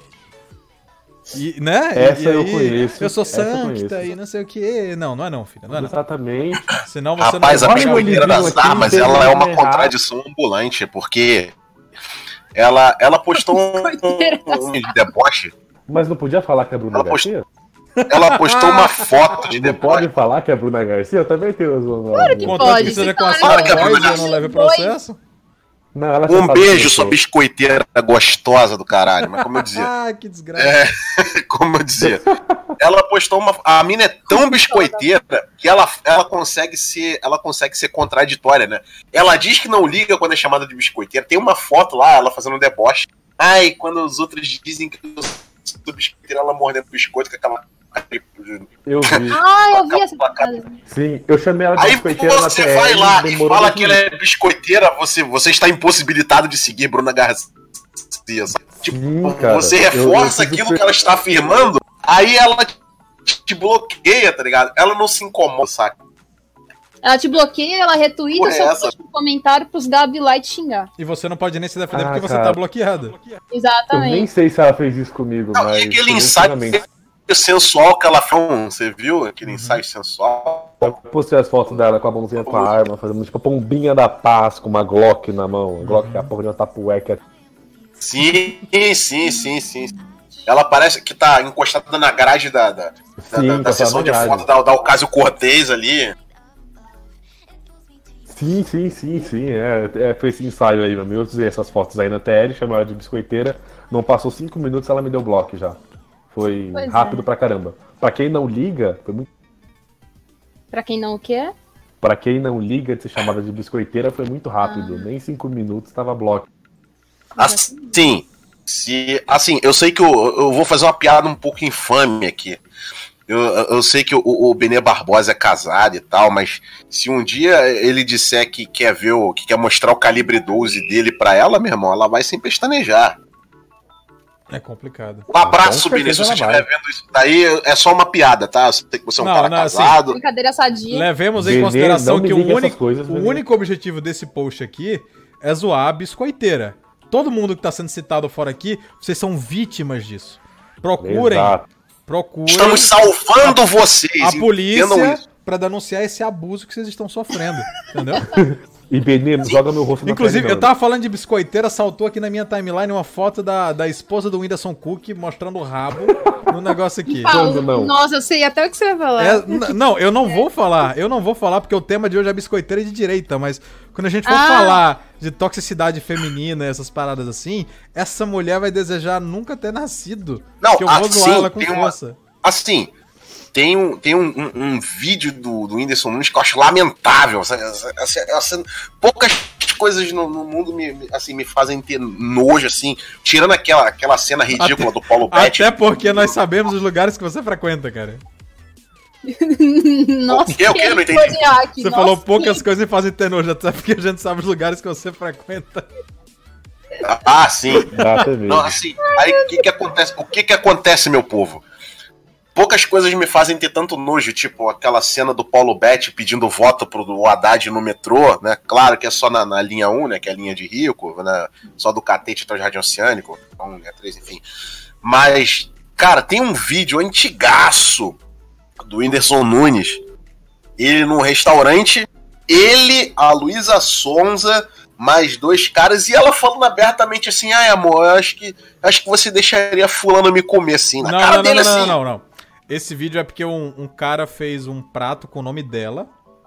E, né? Essa e eu aí, conheço. Eu sou essa eu sancta conheço. e não sei o que. Não é não, filha. Não é não. Exatamente. Senão você Rapaz, não a Olha o biscoiteira das livrinho aqui, armas, tem ela é uma errado. contradição ambulante, porque ela postou um deboche. Mas não podia falar que é a Bruna Ela postou- Garcia? Ela postou uma foto de Não deboche. pode falar que é a Bruna Garcia? Eu também tenho as Claro que Contanto pode. que seja Você com a tá sua Claro que é voz Bruna e não leve processo. Não, ela já Um sabe beijo, quem eu sua sou. biscoiteira gostosa do caralho. Mas como eu dizia, Ah, que desgraça. como eu dizia, ela postou a mina é tão biscoiteira que ela consegue ser contraditória, né? Ela diz que não liga quando é chamada de biscoiteira. Tem uma foto lá, ela fazendo um deboche. Ai, quando os outros dizem que eu sou biscoiteira, ela mordendo biscoito com aquela... Eu vi. Eu vi essa frase. Sim, eu chamei ela de Aí biscoiteira na você TR, vai lá e demorou fala 10 que ela é biscoiteira, você está impossibilitado de seguir Bruna Garcia. Tipo, Sim, cara. você Eu reforça tive aquilo que ela está afirmando, aí ela te bloqueia, tá ligado? Ela não se incomoda, saca? Ela te bloqueia, ela retuita Porra, seu essa? post no comentário pros Gabi lá e te xingar. E você não pode nem se defender Ah, porque você cara. tá bloqueada. Eu nem Exatamente. sei se ela fez isso comigo, Não, mas... e aquele eu, ensaio sinceramente, sensual que ela fez, você viu? Aquele ensaio sensual. Eu postei as fotos dela com a mãozinha com a arma, fazendo tipo a pombinha da paz com uma Glock na mão. A Glock que é a porra de uma tapueca. Sim. Ela parece que tá encostada na grade da tá sessão na de grade. foto da Ocasio-Cortez ali. Sim. Foi esse ensaio aí, meu. Eu usei essas fotos aí na TL, chamei ela de biscoiteira. Não passou 5 minutos, ela me deu bloco já. Foi Pois rápido pra caramba. Pra quem não liga, foi muito. Pra quem não quer, Pra quem não liga de ser chamada de biscoiteira, foi muito rápido. Nem 5 minutos tava bloco. Assim, eu sei que eu vou fazer uma piada um pouco infame aqui. Eu sei que o Benê Barbosa é casado e tal, mas se um dia ele disser que quer que quer mostrar o calibre 12 dele pra ela, meu irmão, ela vai sem pestanejar. É complicado. Um abraço, Com Benê, se você certeza ela estiver vendo isso daí, é só uma piada, tá? Eu sei que você é um Não, cara não, assim, casado. brincadeira sadia. Levemos em Benê, consideração não me que ligue essas coisas, o Benê. único objetivo desse post aqui é zoar a biscoiteira. Todo mundo que tá sendo citado fora aqui, vocês são vítimas disso. Procurem Estamos salvando vocês, a entendam polícia isso. pra denunciar esse abuso que vocês estão sofrendo, entendeu? E Benê, não joga meu rosto na Inclusive, tela, eu tava falando de biscoiteira, saltou aqui na minha timeline uma foto da esposa do Whindersson Cook mostrando o rabo no negócio aqui. Quando não? Nossa, eu sei até o que você vai falar. Não, eu não vou falar porque o tema de hoje é biscoiteira de direita, mas quando a gente for Ah. falar de toxicidade feminina, essas paradas assim, essa mulher vai desejar nunca ter nascido. Não, que eu vou zoar assim, ela com tem força. Assim, tem um vídeo do Whindersson Nunes que eu acho lamentável. Poucas coisas no mundo me fazem ter nojo, assim, tirando aquela cena ridícula do Paulo Betti. Até porque nós sabemos os lugares que você frequenta, cara. Nossa, O quê? Eu não entendi. Você falou poucas coisas me fazem ter nojo, até porque a gente sabe os lugares que você frequenta. Ah, sim. Exatamente. Não, assim, aí o que acontece? O que acontece, meu povo? Poucas coisas me fazem ter tanto nojo, tipo aquela cena do Paulo Betti pedindo voto pro Haddad no metrô, né? Claro que é só na linha 1, né? Que é a linha de Rico, né? Só do Catete até o Jardim Oceânico, 1, linha 3, enfim. Mas, cara, tem um vídeo antigaço do Whindersson Nunes, ele num restaurante, ele, a Luísa Sonza, mais 2 caras, e ela falando abertamente assim, ai amor, eu acho que você deixaria fulano me comer assim, na cara dele assim. Não. Esse vídeo é porque um cara fez um prato com o nome dela.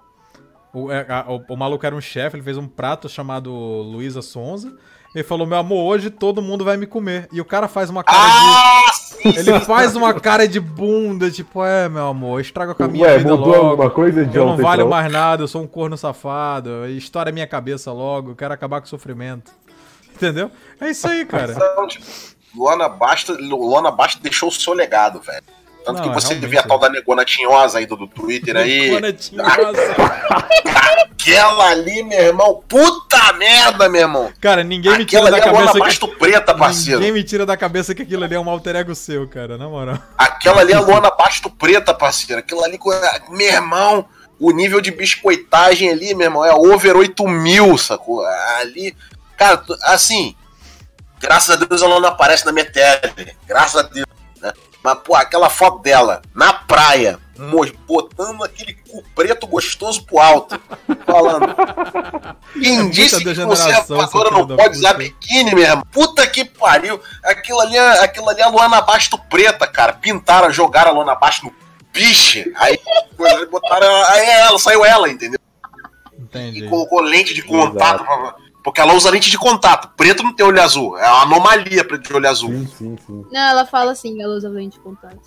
O maluco era um chefe, ele fez um prato chamado Luísa Sonza. Ele falou, meu amor, hoje todo mundo vai me comer. E o cara faz uma cara de... Ele faz uma cara de bunda, tipo, meu amor, estraga com a minha vida mudou logo. Alguma coisa de eu não ontem, valho então? mais nada, eu sou um corno safado. Estoura a minha cabeça logo, eu quero acabar com o sofrimento. Entendeu? É isso aí, cara. Luana Bastos deixou o seu legado, velho. Tanto que você realmente, vê a tal da Negona Tinhosa aí do Twitter aí. Negona Tinhosa. Aquela ali, meu irmão. Puta merda, meu irmão. Cara, ninguém me tira Aquela da ali é cabeça Luana Basto preta, parceiro. Ninguém me tira da cabeça que aquilo ali é um alter ego seu, cara, na moral. Aquela ali é a Luana Basto preta, parceiro. Aquilo ali, meu irmão, o nível de biscoitagem ali, meu irmão, é over 8.000, sacou? Ali, cara, assim, graças a Deus ela não aparece na minha tele. Graças a Deus, né? Mas, pô, aquela foto dela na praia, botando aquele cu preto gostoso pro alto, falando. Quem disse que conservadora não pode usar biquíni, meu irmão? Puta que pariu. Aquilo ali é a Luana Basto preta, cara. Pintaram, jogaram a Luana Basto no piche. Aí botaram saiu ela, entendeu? Entendi. E colocou lente de contato. Porque ela usa lente de contato. Preto não tem olho azul. É uma anomalia de olho azul. Sim. Não, ela fala assim, ela usa lente de contato.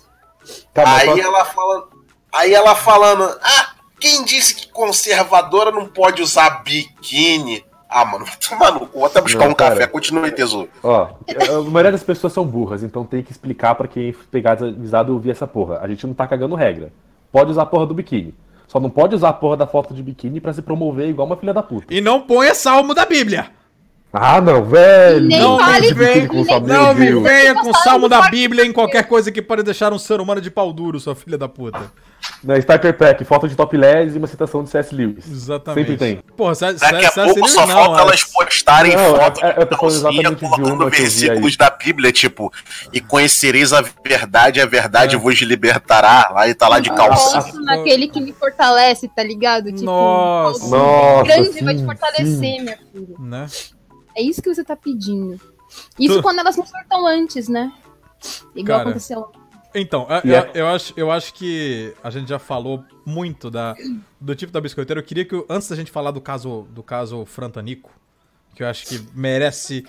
Aí ela falando, quem disse que conservadora não pode usar biquíni? Mano, mano, vou até buscar café, continue, tesouro. Ó, a maioria das pessoas são burras, então tem que explicar pra quem pegar desavisado ouvir essa porra. A gente não tá cagando regra. Pode usar a porra do biquíni. Só não pode usar a porra da foto de biquíni pra se promover igual uma filha da puta. E não ponha salmo da Bíblia. Não, velho. Não me venha com o salmo da Bíblia em qualquer coisa que pode deixar um ser humano de pau duro, sua filha da puta. Na Starter Pack, foto de topless e uma citação de C.S. Lewis. Exatamente. Sempre tem. Porra, daqui a pouco só falta elas postarem foto de calcinha colocando versículos da Bíblia, tipo, e conhecereis a verdade vos libertará. Aí tá lá de calcinha. Posso naquele que me fortalece, tá ligado? Tipo, Nossa, grande vai te fortalecer, minha filha. Né? É isso que você tá pedindo. Isso quando elas não surtam antes, né? Igual Cara, aconteceu. Então, eu acho que a gente já falou muito do tipo da biscoiteira. Eu queria que, antes da gente falar do caso Frantanico, que eu acho que merece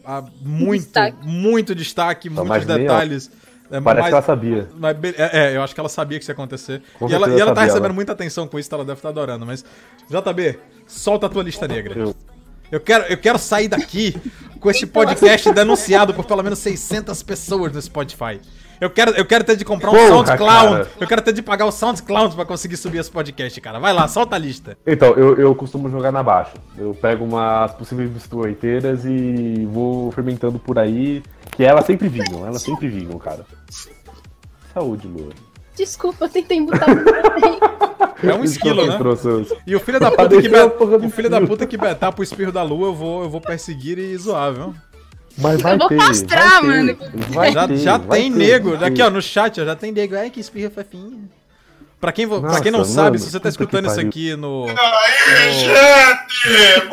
muito destaque, muitos detalhes. Parece que ela sabia. Eu acho que ela sabia que isso ia acontecer. E ela tá recebendo muita atenção com isso, ela deve estar adorando. Mas, JB, solta a tua lista negra. Eu quero sair daqui com esse podcast denunciado por pelo menos 600 pessoas no Spotify. Eu quero ter de comprar um SoundCloud. Cara. Eu quero ter de pagar o SoundCloud pra conseguir subir esse podcast, cara. Vai lá, solta a lista. Então, eu costumo jogar na baixa. Eu pego umas possíveis biscoiteiras e vou fermentando por aí. Que elas sempre vingam, cara. Saúde, Lua. Desculpa, eu tentei botar É um esquilo, né? E o filho da puta que betar pro espirro da Lua, eu vou perseguir e zoar, viu? Mas vai eu vou castrar, mano. Já tem nego. Aqui, ó, no chat, já tem nego. Ai, que espirro fofinho. Pra quem não sabe, se você tá escutando isso aqui no... Aí, gente!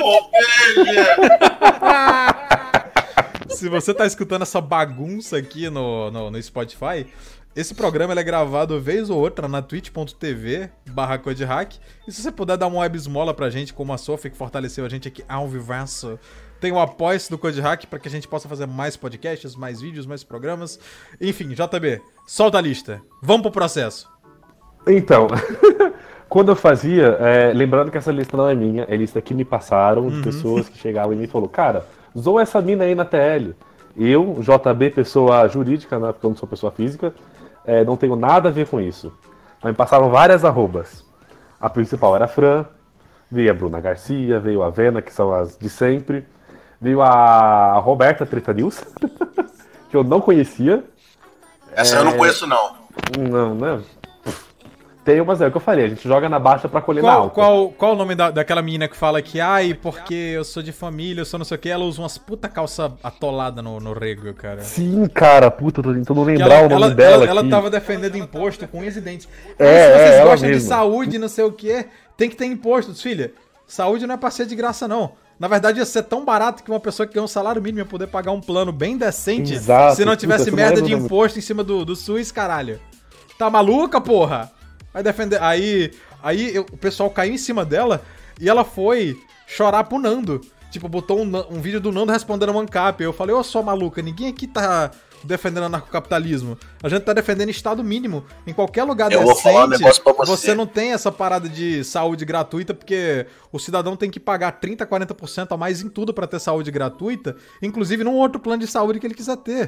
Se você tá escutando essa bagunça aqui no Spotify... Esse programa ele é gravado vez ou outra na twitch.tv/CodeHack. E se você puder dar uma web esmola pra gente, como a Sofia, que fortaleceu a gente aqui ao vivaço, tem o apoio-se do CodeHack pra que a gente possa fazer mais podcasts, mais vídeos, mais programas. Enfim, JB, solta a lista. Vamos pro processo. Então, quando eu fazia, lembrando que essa lista não é minha, é lista que me passaram de pessoas que chegavam em mim e falaram, cara, zoa essa mina aí na TL. Eu, JB, pessoa jurídica, né, porque eu não sou pessoa física, não tenho nada a ver com isso. Mas me passaram várias arrobas. A principal era a Fran, veio a Bruna Garcia, veio a Vena, que são as de sempre, veio a Roberta Treta News, que eu não conhecia. Essa eu não conheço, não. Não. Tem umas, é o que eu falei, a gente joga na baixa pra colher na alta. Qual o nome daquela menina que fala que, porque eu sou de família, eu sou não sei o que, ela usa umas puta calça atolada no rego, cara. Sim, cara, puta, tô tentando lembrar o nome dela. Ela tava defendendo imposto com unhas e dentes. Se vocês gostam de saúde, não sei o que, tem que ter impostos, filha. Saúde não é pra ser de graça, não. Na verdade, ia ser tão barato que uma pessoa que ganha um salário mínimo ia poder pagar um plano bem decente. Exato, se não tivesse merda de imposto em cima do SUS, caralho. Tá maluca, porra? Vai defender. Aí o pessoal caiu em cima dela e ela foi chorar pro Nando. Tipo, botou um vídeo do Nando respondendo a ANCAP. Eu falei, ô, só maluca, ninguém aqui tá defendendo anarcocapitalismo. A gente tá defendendo Estado mínimo. Em qualquer lugar Eu vou falar um negócio pra você não tem essa parada de saúde gratuita, porque o cidadão tem que pagar 30%, 40% a mais em tudo pra ter saúde gratuita, inclusive num outro plano de saúde que ele quiser ter.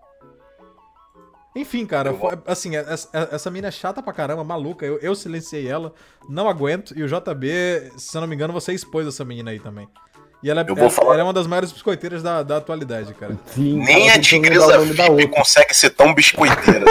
Enfim, cara, assim, essa mina é chata pra caramba, maluca. Eu silenciei ela, não aguento. E o JB, se eu não me engano, você expôs essa menina aí também. E ela é uma das maiores biscoiteiras da atualidade, cara. Sim, Nem a Tigresa VIP consegue ser tão biscoiteira.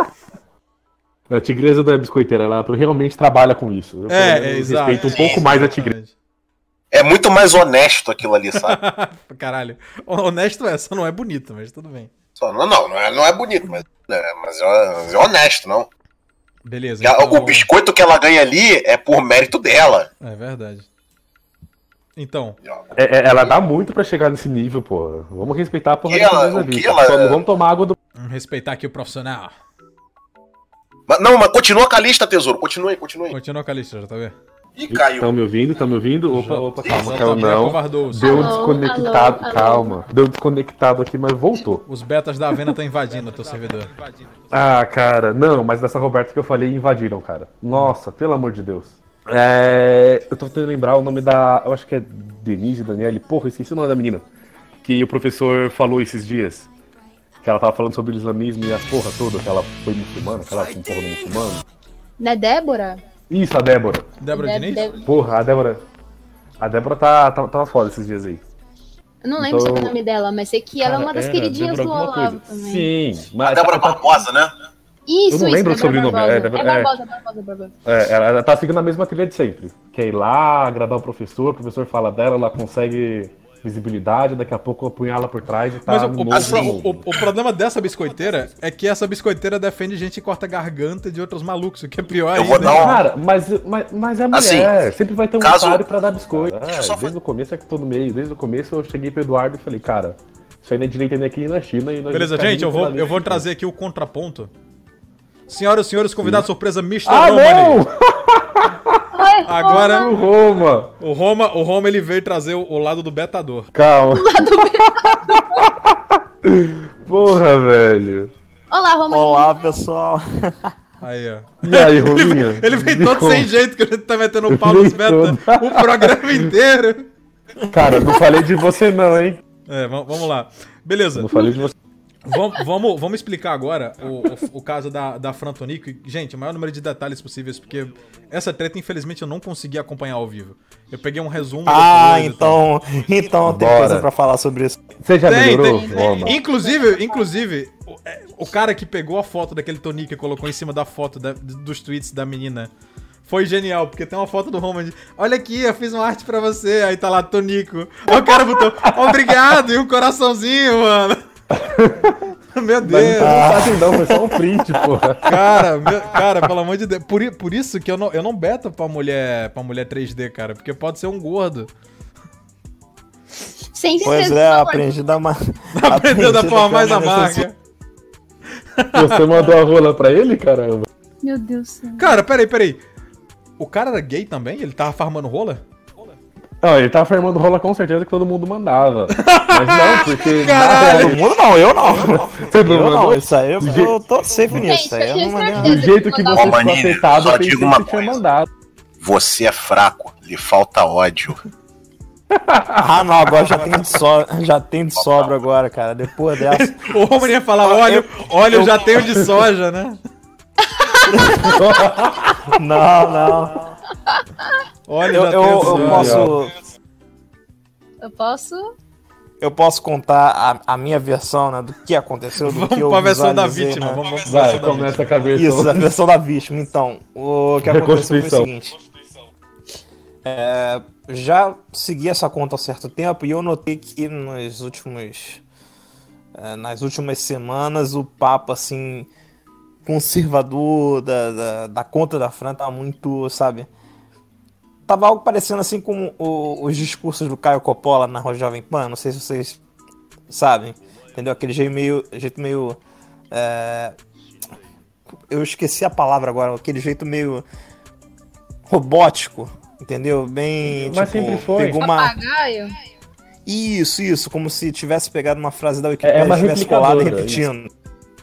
A Tigresa não é biscoiteira, ela realmente trabalha com isso. Eu exato. respeito um pouco mais a Tigresa. É muito mais honesto aquilo ali, sabe? Caralho. Honesto só não é bonito, mas tudo bem. Não é bonito, mas é honesto, não. Beleza. O biscoito que ela ganha ali é por mérito dela. É verdade. Então. Ela dá muito pra chegar nesse nível, pô. Vamos respeitar a porra da vida. Só não vamos tomar água do... Vamos respeitar aqui o profissional. Mas continua com a lista, tesouro. Continua aí. Continua com a lista, já tá vendo? Ih, caiu. Estão me ouvindo? Opa, calma, Tá não. Deu um desconectado, alô. calma. Deu um desconectado aqui, mas voltou. Os betas da Avena estão invadindo o teu servidor. Ah, cara, não, mas dessa Roberta que eu falei invadiram, cara. Nossa, pelo amor de Deus. Eu tô tentando lembrar o nome da... Eu acho que é Denise, Daniele. Porra, esqueci o nome da menina. Que o professor falou esses dias. Que ela tava falando sobre o islamismo e as porra toda. Que ela foi muçulmana, que ela foi um porra do muçulmano. Não é Débora? Isso, a Débora. Débora Diniz? Porra, a Débora tá foda esses dias aí. Eu não lembro sobre o nome dela, mas sei que ela é uma das queridinhas do Débora alguma Olavo coisa. também. Sim, mas A Débora Barbosa, né? Isso, Eu não lembro o Débora sobrenome, Barbosa. Barbosa. Barbosa. Ela tá seguindo a mesma trilha de sempre. Que é ir lá, agradar o professor fala dela, ela consegue visibilidade, daqui a pouco apunhala por trás e tá Mas o problema dessa biscoiteira é que essa biscoiteira defende gente que corta a garganta de outros malucos, o que é pior Eu ainda. vou dar um... Cara, mas é mulher, Assim, sempre vai ter um caso- otário pra dar biscoito. só Desde o começo é que tô no meio, desde o começo eu cheguei pro Eduardo e falei, cara, isso aí não é direito nem aqui na China. E nós Beleza, vamos gente, ficar eu vou trazer aqui o contraponto. Senhoras e senhores, convidado surpresa, Mr. Ah, Romani. não! Agora, O Roma! o Roma ele veio trazer o lado do betador. Calma. Porra, velho. Olá, Romaninho. Olá, pessoal. Aí, ó. E aí, Rominha? Ele vem todo sem jeito, que a gente tá metendo o pau Vem nos beta todo. o programa inteiro. Cara, não falei de você não, hein? Vamos lá. Beleza. Não falei de você. Vamos explicar agora o caso da Fran Tonico. Gente, o maior número de detalhes possíveis, porque essa treta, infelizmente, eu não consegui acompanhar ao vivo. Eu peguei um resumo. Então tem Bora. coisa pra falar sobre isso. Você já melhorou? Tem. Roma? Inclusive, o cara que pegou a foto daquele Tonico e colocou em cima da foto dos tweets da menina foi genial, porque tem uma foto do Roman de, olha aqui, eu fiz uma arte pra você, aí tá lá Tonico. Aí o cara botou, obrigado, e um coraçãozinho, mano. Meu Deus. Mas não fazem não, foi só um print, porra. Cara, pelo amor de Deus. Por isso que eu não beto pra mulher 3D, cara, porque pode ser um gordo. Sempre Pois fez é, favor. aprendi da Aprendeu da forma mais amarga. Você mandou a rola pra ele, caramba? Meu Deus do céu. Cara, peraí. O cara era gay também? Ele tava farmando rola? Não, ele tava firmando rola com certeza que todo mundo mandava. Mas não, porque... Caralho. Todo mundo não, eu não. Você não Eu não, mandou? isso aí eu tô safe nisso. Isso aí eu não mandei Do nada. jeito que você Ô, ficou Maninho, afetado, só eu pensei digo que uma você tinha coisa. mandado. Você é fraco, lhe falta ódio. Ah, não, agora já tem de sobra agora, cara. Depois dessa. O Roman ia falar, óleo eu já tenho de soja, né? Não. Óleo Eu já tenho de soja. posso. Eu posso contar a minha versão, né, do que aconteceu, do que eu Vamos pra versão da visualizei, vítima. né? Vamos pra Vai, versão da vítima. começa com a versão. Isso, a versão da vítima. Então, o que aconteceu foi o Reconstrução. seguinte. Já segui essa conta há certo tempo e eu notei que nas últimas semanas o papo, assim, conservador da conta da Fran tava muito, sabe... Tava algo parecendo assim com os discursos do Caio Coppola na Jovem Pan, não sei se vocês sabem, entendeu? Aquele jeito meio eu esqueci a palavra agora, aquele jeito meio robótico, entendeu? Bem, Mas sempre foi. pegou uma... Papagaio? Isso, como se tivesse pegado uma frase da Wikipedia uma e tivesse colado e replicadora, repetindo.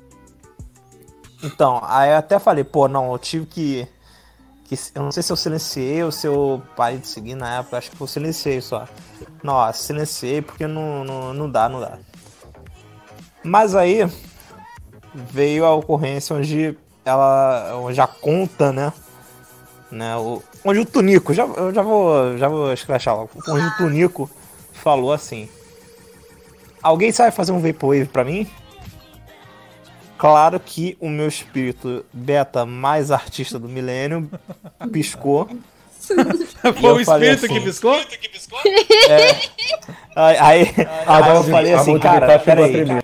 Então, aí eu até falei, pô, não, eu tive que eu não sei se eu silenciei ou se eu parei de seguir na época, acho que eu silenciei só. Nossa, silenciei porque não dá. Mas aí veio a ocorrência onde a conta, né, onde o Tunico, eu já vou escrachar logo, onde o Tunico falou assim: alguém sabe fazer um Vaporwave pra mim? Claro que o meu espírito beta mais artista do milênio piscou. Foi o espírito que piscou? Aí eu falei assim, cara, peraí. tremer.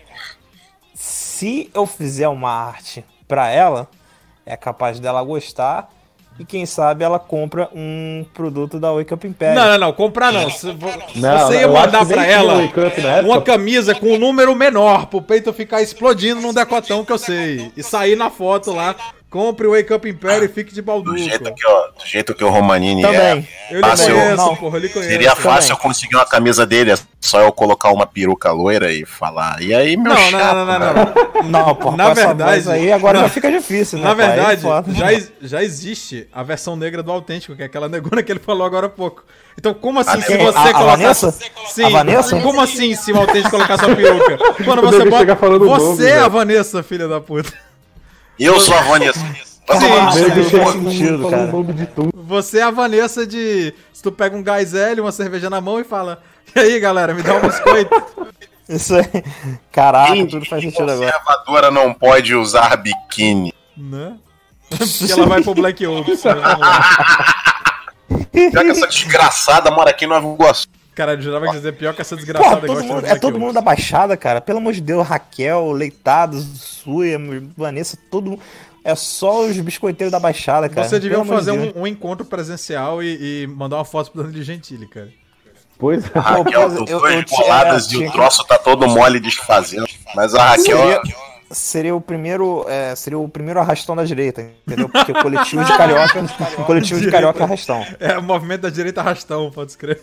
Se eu fizer uma arte pra ela, é capaz dela gostar e quem sabe ela compra um produto da Wake Up Imperium. Não, comprar não. Você ia eu acho mandar que nem pra tinha ela Wake Up na época. uma camisa com um número menor, pro peito ficar explodindo num decotão que eu sei. E sair na foto lá, compre o Wake Up Imperium e fique de Do balduco. jeito que o Romanini Também. Eu lhe fácil. conheço, Não. porra, eu lhe conheço. Seria fácil eu conseguir uma camisa dele, é só eu colocar uma peruca loira e falar. E aí, meu Não, chato, não. Não, pô, Na com essa verdade- voz aí agora já fica difícil, né? Na pai? verdade, Aí, foda. já existe a versão negra do autêntico, que é aquela negona que ele falou agora há pouco. Então, como assim, se quem? você A colocar... Vanessa? Sim, A Vanessa? como assim, se o autêntico colocar sua peruca? Quando Eu você devia bota... chegar falando o nome, Você é a velho. Vanessa, filha da puta. Eu sou a Vanessa. Vai Sim, tomar no sim. seu Nego cu. faz sentido, Falou cara. o nome de tudo. Você é a Vanessa de... Se tu pega um gás hélio, uma cerveja na mão e fala... E aí, galera, me dá um biscoito. Isso aí. Caraca, Quem tudo faz diz que sentido agora. conservadora não pode usar biquíni. Né? Porque ela vai pro Black Ops. Né? Vamos lá. Já que essa desgraçada mora aqui em Nova Iguaçu. Cara, eu jurava que ia dizer pior que essa Pô, desgraçada gosta do Black todo Ops. mundo da Baixada, cara. Pelo amor de Deus, Raquel, Leitados, Suia, Vanessa, todo mundo. É só os biscoiteiros da Baixada, cara. Você devia Pelo amor de fazer Deus. um encontro presencial e mandar uma foto pro Danilo Gentili, cara. Pois é. A Raquel, mas tu eu duas tinha- boladas e tinha o que- troço tá todo mole desfazendo. Mas a Raquel... Seria o primeiro arrastão da direita, entendeu? Porque o coletivo de carioca é arrastão. É o movimento da direita arrastão, pode escrever.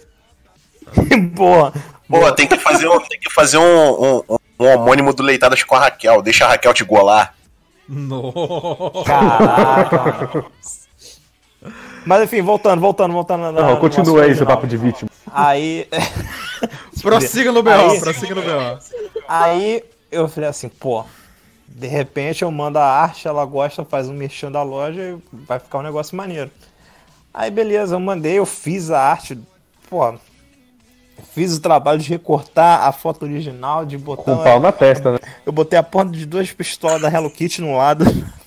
Boa. Pô, tem que fazer um homônimo do Leitadas com a Raquel. Deixa a Raquel te golar. Nossa. Caraca. Mas enfim, voltando. Não, continua aí seu papo de vítima. Aí. Prossiga no BO, Aí- prossiga no BO. Aí eu falei assim, pô, de repente eu mando a arte, ela gosta, faz um merchan da loja e vai ficar um negócio maneiro. Aí beleza, eu mandei, eu fiz a arte, pô, fiz o trabalho de recortar a foto original, de botar... Com o pau na testa, né? Eu botei a porta de 2 pistolas da Hello Kitty no lado.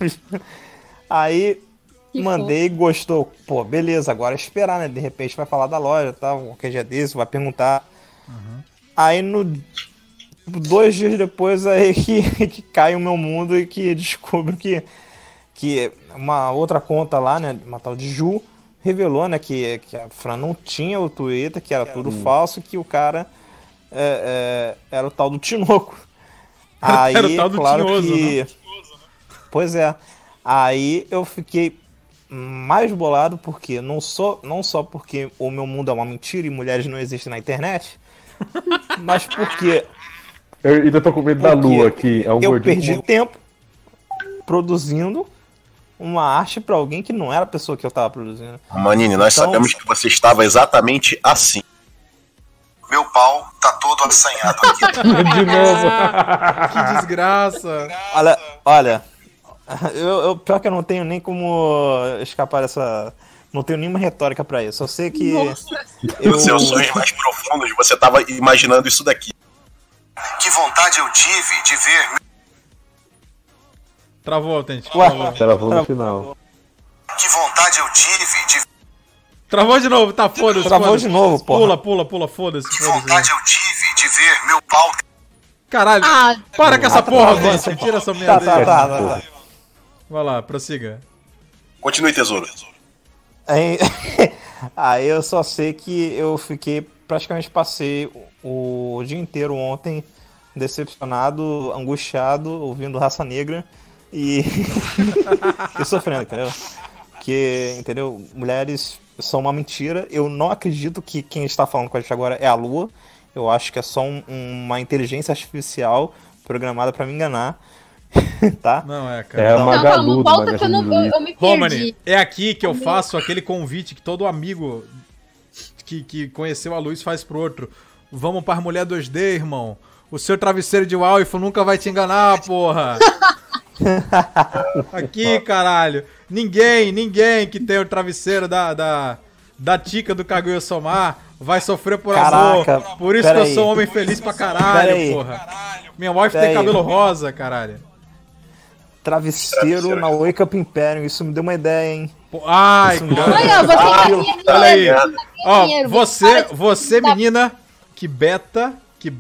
Aí Que mandei, gostou. Pô, beleza, agora é esperar, né? De repente vai falar da loja, tá? Qualquer dia desse, vai perguntar. Aí 2 dias depois aí que cai o meu mundo e que descubro que uma outra conta lá, né? Uma tal de Ju, revelou, né? Que a Fran não tinha o Twitter, que era tudo falso, que o cara era o tal do Tinoco. Aí, Era o tal do claro Tinhoso, que... né? Pois é. Aí eu fiquei mais bolado porque não só porque o meu mundo é uma mentira e mulheres não existem na internet, mas porque Eu ainda tô com medo da Lua, que é um eu gordinho. perdi tempo produzindo uma arte pra alguém que não era a pessoa que eu tava produzindo. Manini, nós Então- sabemos que você estava exatamente assim. Meu pau tá todo assanhado aqui. De novo. Que desgraça. Olha, eu pior que eu não tenho nem como escapar dessa. Não tenho nenhuma retórica pra isso. Eu sei que. Nos seus sonhos mais profundos, você tava imaginando isso daqui. Que vontade eu tive de ver. Travou, autêntico. Ué. Travou. Travou no final. Que vontade eu tive de. Travou de novo, tá, foda-se. Travou foda-se. de novo, porra. Pula, foda-se. Que foda-se. vontade eu tive de ver meu pau. Caralho, Ah, para com essa porra, tá, Vance. Tira essa merda Tá, aí. tá. Vai lá, prossiga. Continue, tesouro. Aí eu só sei que eu fiquei, praticamente passei o dia inteiro ontem decepcionado, angustiado, ouvindo Raça Negra E. e sofrendo, entendeu? Que, entendeu? Mulheres são uma mentira. Eu não acredito que quem está falando com a gente agora é a Lua. Eu acho que é só uma inteligência artificial programada pra me enganar. Tá? Não é, cara. É uma Não, calma, galuda, volta que eu me Romani, perdi. é aqui que eu faço aquele convite que todo amigo que conheceu a luz faz pro outro. Vamos para mulher 2D, irmão. O seu travesseiro de waifu nunca vai te enganar, porra. Aqui, caralho. Ninguém que tem o travesseiro da Tika do Kaguya-sama vai sofrer por Caraca, amor. Por isso que eu sou um homem feliz pra caralho, porra. Minha wife tem cabelo rosa, caralho. Travesseiro na Wake Up Imperium. Isso me deu uma ideia, hein? Ai, cara. Olha, você tá ganhando Olha aí. dinheiro, você tá ganhando Ó, dinheiro, você menina que beta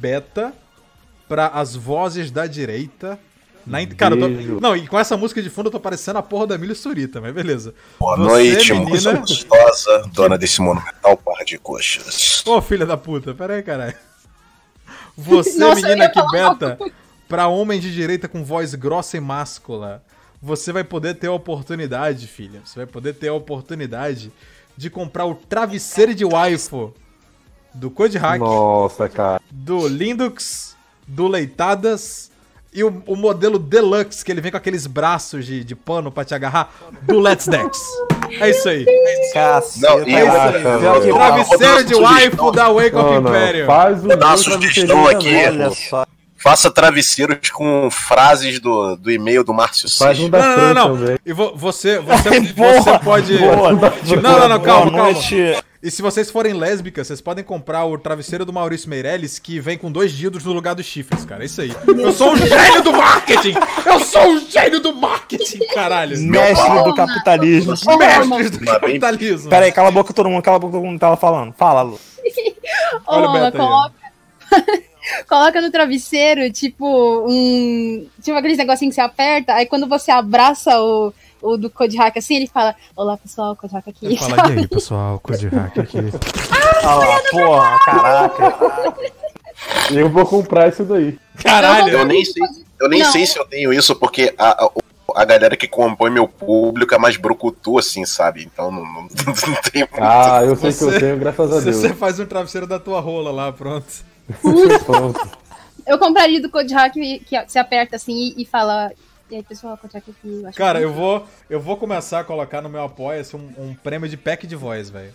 pra as vozes da direita. Cara, Beijo. não, e com essa música de fundo eu tô parecendo a porra da Emília Surita, mas beleza. Boa Você, noite, menina- moça gostosa, dona desse monumental par de coxas. Ô, filha da puta, pera aí, caralho. Você, Nossa, eu menina ia que falar beta pra homem de direita com voz grossa e máscula, você vai poder ter a oportunidade, filha. Você vai poder ter a oportunidade de comprar o travesseiro de waifu do Code Hack, Nossa, cara. do Lindux, do Leitadas e o modelo Deluxe, que ele vem com aqueles braços de pano pra te agarrar, do Let's Dex. É isso aí. Caceta. Não, e eu- Pior que- Travesseiro de waifu da Wake Up Não, não. Imperium. Faz o Vou dar uma meu sugestão travesseirinho aqui. também, Olha pô. só. Faça travesseiros com frases do e-mail do Márcio Faz um Cis. da Não, Fran não. também. E você Boa, pode. boa. Não, calma, Boa calma. noite. E se vocês forem lésbicas, vocês podem comprar o travesseiro do Maurício Meirelles, que vem com 2 dildos no lugar dos chifres, cara. É isso aí. Eu sou um gênio do marketing! Eu sou um gênio do marketing, caralho! Mestre do capitalismo. Mestres do Mas bem- capitalismo. Pera aí, cala a boca todo mundo, cala a boca todo mundo tava falando. Fala, Lu. Olha o Roma, Beto aí, ó. coloca no travesseiro, tipo, tipo aqueles negocinhos que você aperta, aí quando você abraça o do Code Hack assim, ele fala, olá pessoal, Code Hack aqui. Fala, e aí, pessoal, Code Hack aqui. Ah lá, porra, caraca. Eu vou comprar isso daí. Caralho! Eu nem Não. sei se eu tenho isso, porque a galera que compõe meu público é mais brucutu, assim, sabe? Então não tem muito. Ah, eu sei que Você- eu tenho, graças a Deus. Você faz um travesseiro da tua rola lá, pronto. Pronto. Eu compraria do Code Hack que você aperta assim e fala, e aí pessoal, Code Hack aqui. Eu acho Cara, que- eu vou começar a colocar no meu apoia-se um prêmio de pack de voz, velho.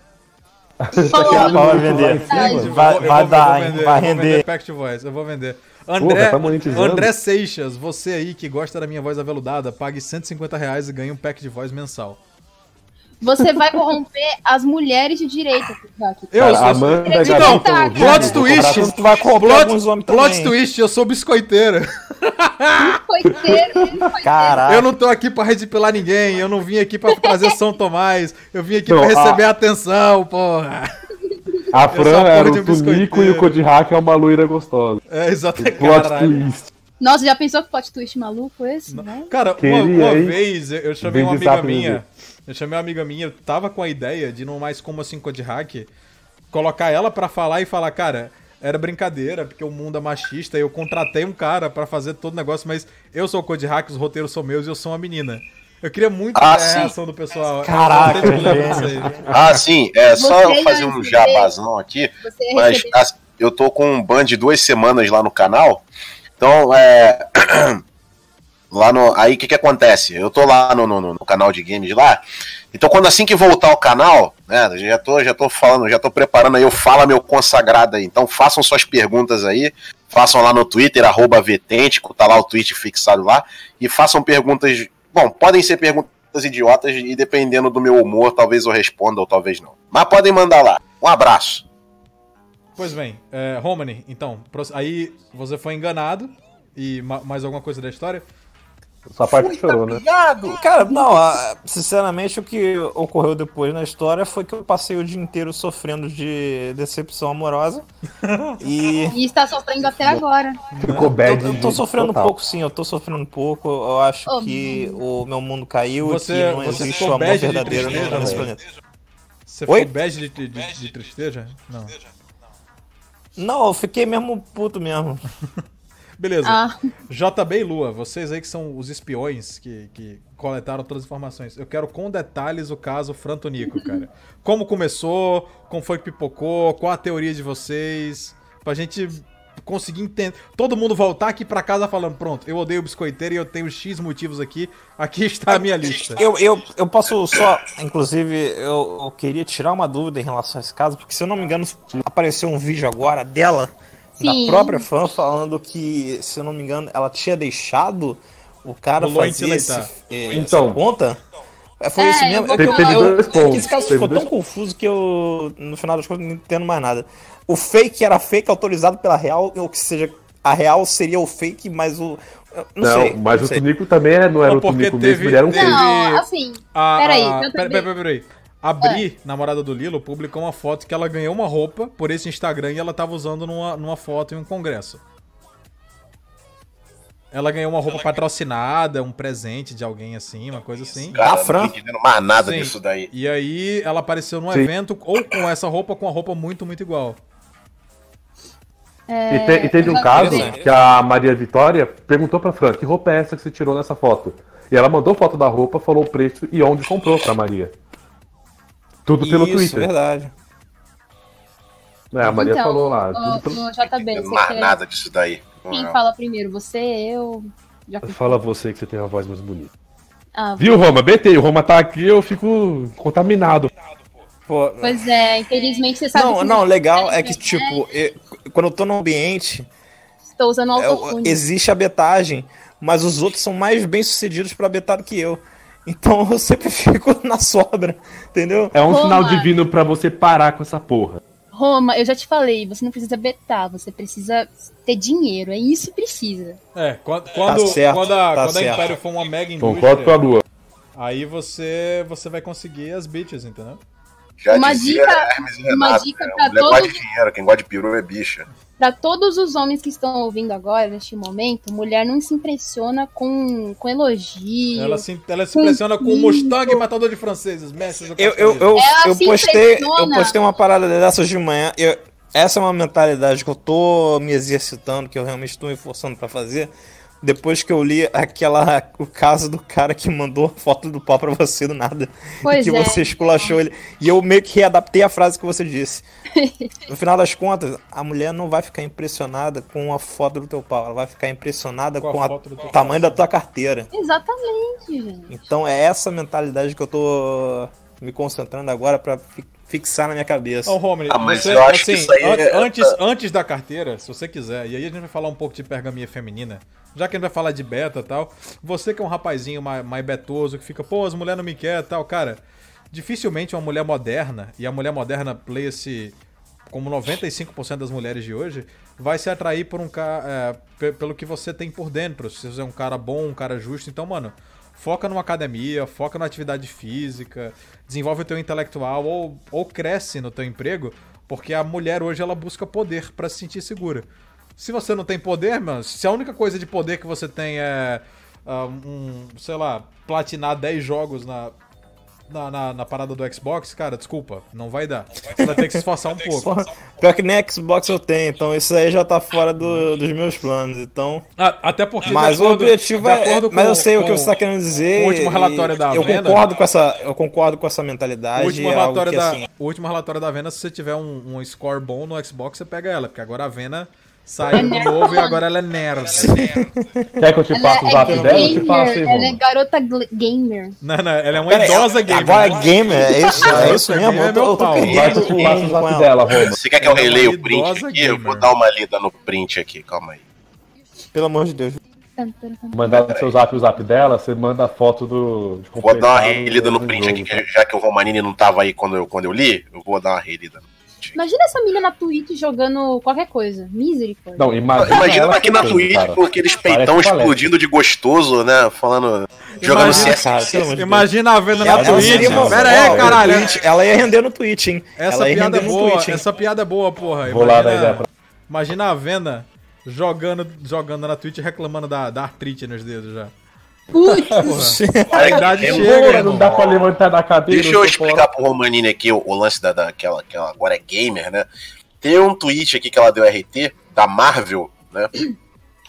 Vai vender. Vai dar, hein? Vai eu vou vender render. pack de voz, eu vou vender. Porra, tá monetizando? André Seixas, você aí que gosta da minha voz aveludada, pague R$150 e ganhe um pack de voz mensal. Você vai corromper as mulheres de direita, Code Hack. Eu Cara, sou... Amanda Então, Gabriel, plot Plot twist! Então tu vai corromper alguns homens Plot também. twist, eu sou biscoiteiro. Biscoiteiro. Caraca. Eu não tô aqui pra redipilar ninguém, eu não vim aqui pra trazer São Tomás, eu vim aqui Não, pra receber atenção, porra. A Eu sou a Fran porra era de um o Tunico e biscoiteiro. o Code Hack é uma loira gostosa. É, exatamente, Plot caralho. twist. Nossa, já pensou que plot twist maluco esse, né? Cara, Queria, uma hein? vez eu chamei uma Vem de amiga zap, minha. Lívia. Eu chamei uma amiga minha, eu tava com a ideia de, no mais como assim Code Hack, colocar ela pra falar e falar, cara, era brincadeira, porque o mundo é machista, e eu contratei um cara pra fazer todo o negócio, mas eu sou o Code Hack, os roteiros são meus e eu sou uma menina. Eu queria muito Ah, ver a sim. reação do pessoal. Caraca, Eu tento lembrar gênio. disso aí. Ah, sim, é só Você fazer ia um receber- jabazão aqui. Você ia Mas receber- eu tô com um ban de 2 semanas lá no canal. Então, lá no. Aí o que acontece? Eu tô lá no canal de games lá. Então, quando assim que voltar ao canal, né? Já tô falando, já tô preparando aí o Fala Meu Consagrado aí. Então façam suas perguntas aí. Façam lá no Twitter, @Vetêntico, tá lá o tweet fixado lá. E façam perguntas. Bom, podem ser perguntas idiotas e dependendo do meu humor, talvez eu responda ou talvez não. Mas podem mandar lá. Um abraço. Pois bem, Romani, então, aí você foi enganado, e mais alguma coisa da história? Só a parte que chorou, né? Cara, não, sinceramente o que ocorreu depois na história foi que eu passei o dia inteiro sofrendo de decepção amorosa. E E está sofrendo até agora. Ficou bad. eu tô sofrendo um total. pouco, sim, eu tô sofrendo um pouco. Eu acho Oh, que o meu mundo caiu Você- e que não você existe ficou o amor bad de verdadeiro tristeza, nesse velho? planeta. Você Oi? ficou bad de tristeza? Não. Não, eu fiquei mesmo puto mesmo. Beleza. Ah, JB e Lua, vocês aí que são os espiões que coletaram todas as informações. Eu quero com detalhes o caso Frantonico, cara. Como começou, como foi que pipocou, qual a teoria de vocês, pra gente conseguir entender. Todo mundo voltar aqui pra casa falando, pronto, eu odeio biscoiteiro e eu tenho X motivos aqui está a minha lista. Eu posso só, inclusive, eu queria tirar uma dúvida em relação a esse caso, porque se eu não me engano, apareceu um vídeo agora dela, Sim. da própria fã, falando que, se eu não me engano, ela tinha deixado o cara Rolou fazer Intileitar. Então. essa conta. Foi isso mesmo. eu Teve dois pontos. Esse caso Teve ficou tão dois- confuso que eu, no final das contas, não entendo mais nada. O fake era fake autorizado pela real, ou que seja, a real seria o fake, mas o... Não sei. mas não o sei. Tunico também não era Não, o porque Tunico teve- mesmo, ele era um teve- fake. não, assim, Peraí, Peraí. A Bri, namorada do Lilo, publicou uma foto que ela ganhou uma roupa por esse Instagram e ela tava usando numa foto em um congresso. Ela ganhou uma roupa patrocinada, um presente de alguém assim, uma coisa assim. Cara, Da Fran. não tô entendendo mais nada Sim. disso daí. E aí ela apareceu num Sim. evento ou com essa roupa, com a roupa muito, muito igual. E teve um eu caso também. que a Maria Vitória perguntou pra Fran, que roupa é essa que você tirou nessa foto? E ela mandou foto da roupa, falou o preço e onde comprou pra Maria. Tudo pelo Isso, Twitter. verdade. A Maria então, falou lá. no Tudo pelo... JB, você Entendendo mais quer... nada disso daí. Quem Não. fala primeiro? Você, eu... Já fui. Fala você que você tem uma voz mais bonita. Ah, Viu, Roma? BT, o Roma tá aqui, eu fico contaminado. Pô, pois é, infelizmente você sabe que não, legal é que, tipo, quando eu tô no ambiente, estou usando autotune. existe a betagem, mas os outros são mais bem sucedidos pra betar do que eu. Então eu sempre fico na sobra, entendeu? É um Roma. sinal divino pra você parar com essa porra. Roma, eu já te falei, você não precisa betar, você precisa ter dinheiro, é isso que precisa. É, quando certo, a tá certo. Império for uma mega Concordo com a indústria, Lua. aí você vai conseguir as bitches, entendeu? Já Uma dizia dica- Hermes e uma Renato, dica né? pra Mulher gosta de todos- dinheiro, quem gosta de peru é bicha. Pra todos os homens que estão ouvindo agora, neste momento, mulher não se impressiona com elogio. Ela se impressiona com o Mustang matador de franceses, mestre do Eu Ela se postei impressiona. uma parada dessas de manhã. Essa é uma mentalidade que eu tô me exercitando, que eu realmente tô me forçando pra fazer. Depois que eu li o caso do cara que mandou a foto do pau pra você do nada. Pois e que é. você esculachou ele. E eu meio que readaptei a frase que você disse. No final das contas, a mulher não vai ficar impressionada com a foto do teu pau. Ela vai ficar impressionada Com a com foto do teu o tamanho da tua carteira. Exatamente, gente. Então é essa mentalidade que eu tô me concentrando agora pra fixar na minha cabeça. Ô, Romney, mas você, eu acho assim, que isso aí antes da carteira, se você quiser, e aí a gente vai falar um pouco de pergaminha feminina, já que a gente vai falar de beta e tal, você que é um rapazinho mais betoso, que fica, pô, as mulheres não me querem e tal, cara, dificilmente uma mulher moderna, e a mulher moderna play-se como 95% das mulheres de hoje, vai se atrair por um cara, pelo que você tem por dentro, se você é um cara bom, um cara justo, então, mano, foca numa academia, foca na atividade física, desenvolve o teu intelectual ou cresce no teu emprego, porque a mulher hoje ela busca poder pra se sentir segura. Se você não tem poder, mano, se a única coisa de poder que você tem é, sei lá, platinar 10 jogos na parada do Xbox, cara, desculpa, não vai dar. Você vai ter que se esforçar um pouco. Porra, pior que nem Xbox eu tenho, então isso aí já tá fora dos meus planos, então... Até porque... Mas de o acordo- objetivo de acordo mas eu sei o com que você tá querendo dizer. o último relatório da eu Vena- concordo com essa mentalidade. O último, é algo relatório que, assim, o último relatório da Vena, se você tiver um score bom no Xbox, você pega ela, porque agora a Vena saiu do novo e agora ela é nerd. Quer que eu te passe o Ela zap é dela? Eu te passo aí, gamer, ela é Roma. garota gamer. Não, ela é uma Pera aí, idosa gamer. Agora é gamer, é isso Essa mesmo? gamer é Eu tô meu pau. perdendo Vai que eu te passo o com zap ela. dela, Roma. Você quer que eu Ela é uma releia o print idosa aqui? Eu vou gamer. dar uma lida no print aqui, calma aí. Pelo amor de Deus. Mandar no seu zap o zap dela, você manda a foto de Vou dar uma completar relida no jogo, print aqui, tá? já que o Romanini não tava aí quando eu li, eu vou dar uma relida. Imagina essa menina na Twitch jogando qualquer coisa. Misericórdia. Não, imagina Imagina ela aqui na fazendo, Twitch cara. com aqueles peitão Parece palestra. explodindo de gostoso, né? Falando. Jogando Imagina, CS. cara, pelo amor de Deus. Imagina a Vena na Ela Twitch. seria uma- Pera aí, Ó, caralho. no Twitch, ela ia render no Twitch, hein? Essa ela ia piada é render no boa, Twitch, hein? essa piada é boa, porra. Vou lá dar ideia pra... Imagina a Vena jogando na Twitch e reclamando da artrite nos dedos já. Putz, A idade eu- chega, Porra, irmão. não dá pra levantar da cadeira. Deixa eu tô explicar pro Romanini aqui o lance que ela agora é gamer, né? Tem um tweet aqui que ela deu RT, da Marvel, né?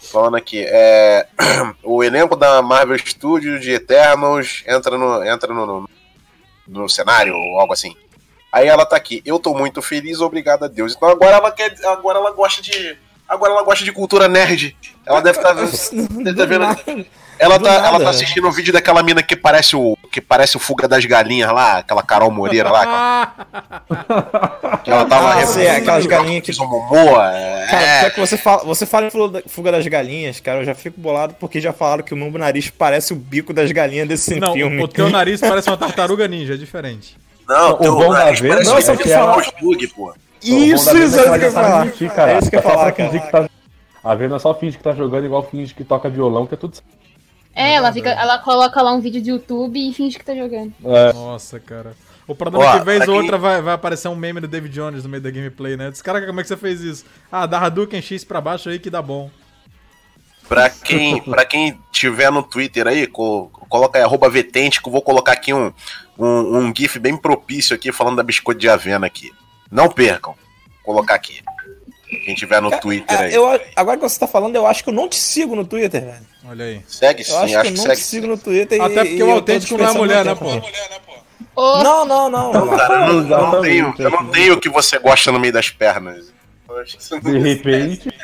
Falando aqui, o elenco da Marvel Studios de Eternals entra no cenário, ou algo assim. Aí ela tá aqui, eu tô muito feliz, obrigado a Deus. Então agora ela gosta de cultura nerd. Ela deve estar vendo. Ela tá assistindo um vídeo daquela mina que parece o Fuga das Galinhas lá, aquela Carol Moreira lá. Que ela tava aquelas galinhas que Momoa. Cara, que você fala em Fuga das Galinhas, cara, eu já fico bolado porque já falaram que o meu nariz parece o bico das galinhas desse filme. Não, o teu nariz parece uma tartaruga ninja, é diferente. Não, o bom da vez não, só que falar. Pô. Isso que eu ia falar. É isso que eu ia falar, cara. A Vena só finge que tá jogando igual finge que toca violão, que é tudo. Ela coloca lá um vídeo de YouTube e finge que tá jogando. Nossa, cara. O problema é que vez ou outra vai aparecer um meme do David Jones no meio da gameplay, né? Diz, cara, como é que você fez isso? Dá Hadouken X pra baixo aí que dá bom. Pra quem tiver no Twitter aí, coloca aí @Vetente, que eu vou colocar aqui um GIF bem propício aqui falando da biscoito de avena aqui. Não percam. Vou colocar aqui. Quem tiver no Twitter aí. Agora que você tá falando, eu acho que eu não te sigo no Twitter, velho. Olha aí. Segue sim, acho que eu não te sigo no Twitter. Até porque o autêntico não é mulher, né, pô? Não. Cara, eu não tenho o que você gosta no meio das pernas. De repente.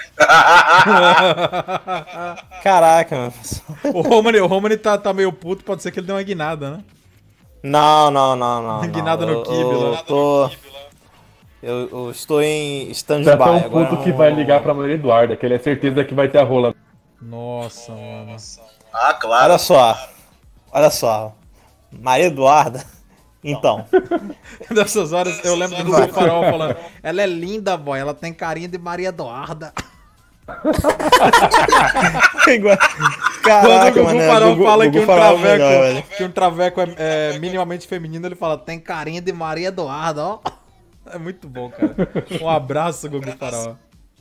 Caraca, mano. O Romani tá meio puto, pode ser que ele dê uma guinada, né? Não. Guinada no kibe lá. Eu estou em stand-by. Já tá um puto que vai ligar pra Maria Eduarda, que ele é certeza que vai ter a rola. Nossa, mano. Claro. Olha só. Maria Eduarda. Então. Nessas horas eu lembro do Gugu Farol falando: ela é linda, boy, ela tem carinha de Maria Eduarda. Caraca, quando o Gugu Farol fala que um traveco é minimamente feminino, ele fala: tem carinha de Maria Eduarda, ó. É muito bom, cara. Um abraço, Gugu Farol.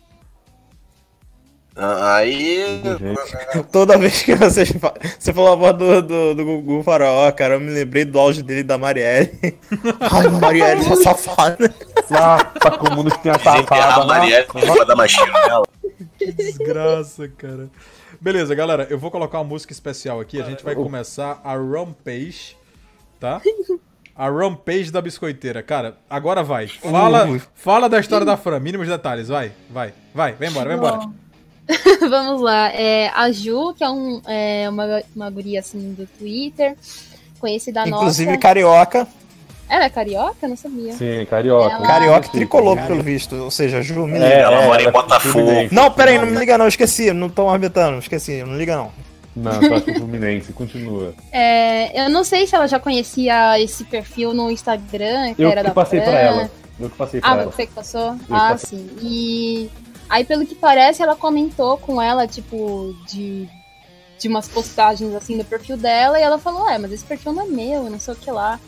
Aí. Toda vez que você falou a voz do Gugu Farol, cara, eu me lembrei do auge dele da Marielle. Ai, Marielle, essa safada. Tá com o mundo que tem a safada. Marielle da machinha dela. Que desgraça, cara. Beleza, galera, eu vou colocar uma música especial aqui. A gente vai começar a Rampage, tá? A Rampage da Biscoiteira. Cara, agora vai. Fala da história da Fran, mínimos detalhes. Vai embora. Vamos lá. A Ju, que é uma guria assim do Twitter, conhecida nossa. Inclusive carioca. Ela é carioca? Eu não sabia. Sim, carioca. Carioca e tricolor, pelo visto. Ou seja, Ju, me liga. Ela mora em Botafogo. Não, peraí, não me liga não, esqueci. Não tô orbitando, esqueci. Não liga não. Não, tá com o Fluminense, continua. Eu não sei se ela já conhecia esse perfil no Instagram, que era da passei pra ela. Eu que passei pra ela. Você que passou? Sim. E aí, pelo que parece, ela comentou com ela, tipo, de umas postagens, assim, no perfil dela, e ela falou, mas esse perfil não é meu, não sei o que lá.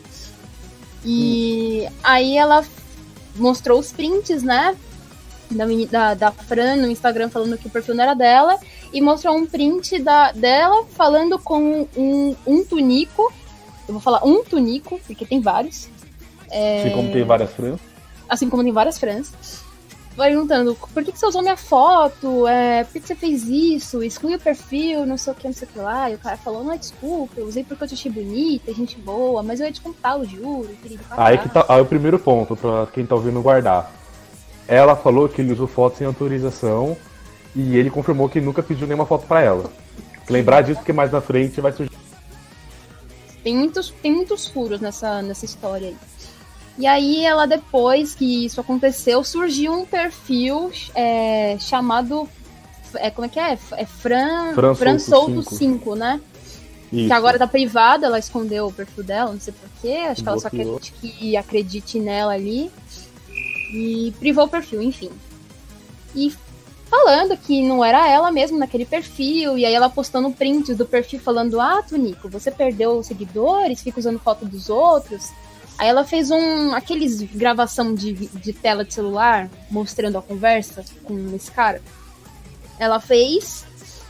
E aí ela mostrou os prints, né, da Fran no Instagram falando que o perfil não era dela, e mostrou um print dela falando com um tunico. Eu vou falar um tunico, porque tem vários. Assim como tem várias Frans. Assim como tem várias Frans. Perguntando, por que você usou minha foto? Por que você fez isso? Exclui o perfil, não sei o que lá. E o cara falou, não, desculpa, eu usei porque eu te achei bonita, gente boa, mas eu ia te contar, eu juro. Aí o primeiro ponto, pra quem tá ouvindo guardar. Ela falou que ele usou foto sem autorização e ele confirmou que nunca pediu nenhuma foto pra ela. Lembrar disso porque mais na frente vai surgir. Tem muitos furos nessa história aí. E aí ela, depois que isso aconteceu, surgiu um perfil chamado... como é que é? Fran Souto 5, né? Isso. Que agora tá privado, ela escondeu o perfil dela, não sei porquê. Acho que ela só quer que acredite nela ali. E privou o perfil, enfim. E falando que não era ela mesmo naquele perfil, e aí ela postando prints do perfil falando, Tunico, você perdeu os seguidores, fica usando foto dos outros. Aí ela fez aqueles gravação de tela de celular, mostrando a conversa com esse cara. Ela fez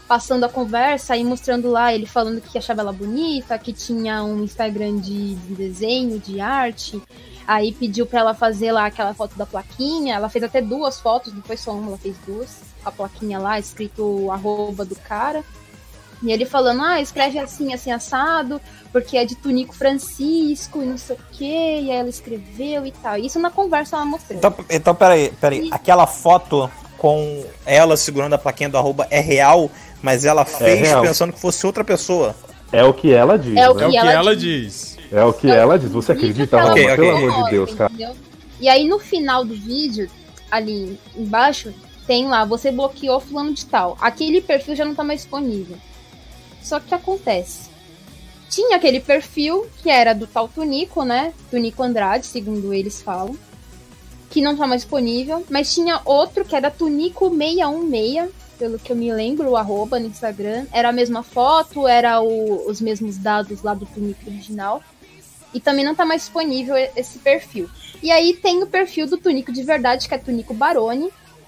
passando a conversa e mostrando lá, ele falando que achava ela bonita, que tinha um Instagram de desenho, de arte. Aí pediu pra ela fazer lá aquela foto da plaquinha. Ela fez até 2 fotos, não foi só uma, ela fez 2. Com a plaquinha lá, escrito o arroba do cara. E ele falando, escreve assim, assim, assado, porque é de Tunico Francisco e não sei o quê. E aí ela escreveu e tal. Isso na conversa ela mostrou. Então peraí. Aquela foto com ela segurando a plaquinha do arroba é real, mas ela fez real. Pensando que fosse outra pessoa. É o que ela diz. É o né? É o que ela diz. É o que ela diz. Você acredita, Roma? Ok. Pelo amor de Deus, cara. Entendeu? E aí no final do vídeo, ali embaixo, tem lá, você bloqueou fulano de tal. Aquele perfil já não tá mais disponível. Só que o que acontece? Tinha aquele perfil que era do tal Tunico, né? Tunico Andrade, segundo eles falam. Que não tá mais disponível. Mas tinha outro que era Tunico616, pelo que eu me lembro, o arroba no Instagram. Era a mesma foto, era os mesmos dados lá do Tunico original. E também não tá mais disponível esse perfil. E aí tem o perfil do Tunico de verdade, que é Tunico Baroni.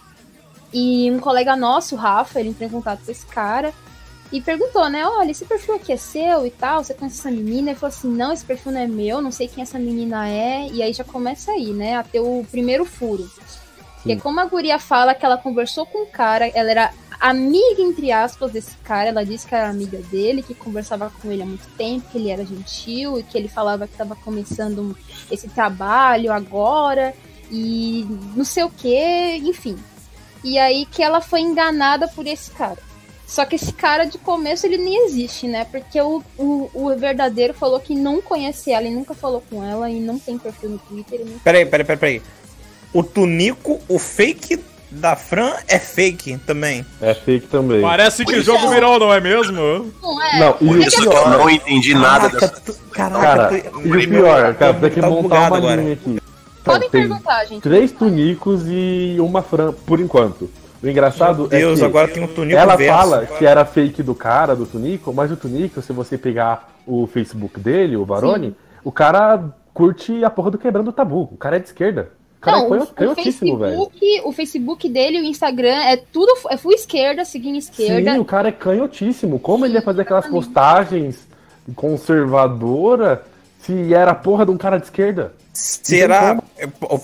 E um colega nosso, o Rafa, ele entrou em contato com esse cara e perguntou, né? Olha, esse perfil aqui é seu e tal, você conhece essa menina? Ele falou assim, não, esse perfil não é meu, não sei quem essa menina é. E aí já começa aí, né? A ter o primeiro furo. Porque como a guria fala que ela conversou com o cara, ela era amiga, entre aspas, desse cara. Ela disse que era amiga dele, que conversava com ele há muito tempo, que ele era gentil e que ele falava que estava começando esse trabalho agora e não sei o que, enfim. E aí que ela foi enganada por esse cara. Só que esse cara, de começo, ele nem existe, né? Porque o verdadeiro falou que não conhece ela e nunca falou com ela e não tem perfil no Twitter. Peraí. O Tunico, o fake da Fran é fake também. É fake também. Parece que o jogo virou, não é mesmo? Não é? Não, e o Isso que eu pior, não entendi nada dessa. cara, e o pior, cara, tem que montar uma linha aqui. Podem Tem perguntar, gente. 3 Tunicos e uma Fran, por enquanto. O engraçado Meu Deus, é que agora tem um Tunico ela verso. fala que era fake do cara, do Tunico, mas o Tunico, se você pegar o Facebook dele, o Baroni, o cara curte a porra do Quebrando o Tabu. O cara é de esquerda. O cara Não, é canhotíssimo, velho. o Facebook dele e o Instagram é tudo é full esquerda, seguindo esquerda. Sim, o cara é canhotíssimo. Como ele ia fazer aquelas postagens conservadora se era a porra de um cara de esquerra? Será? Eu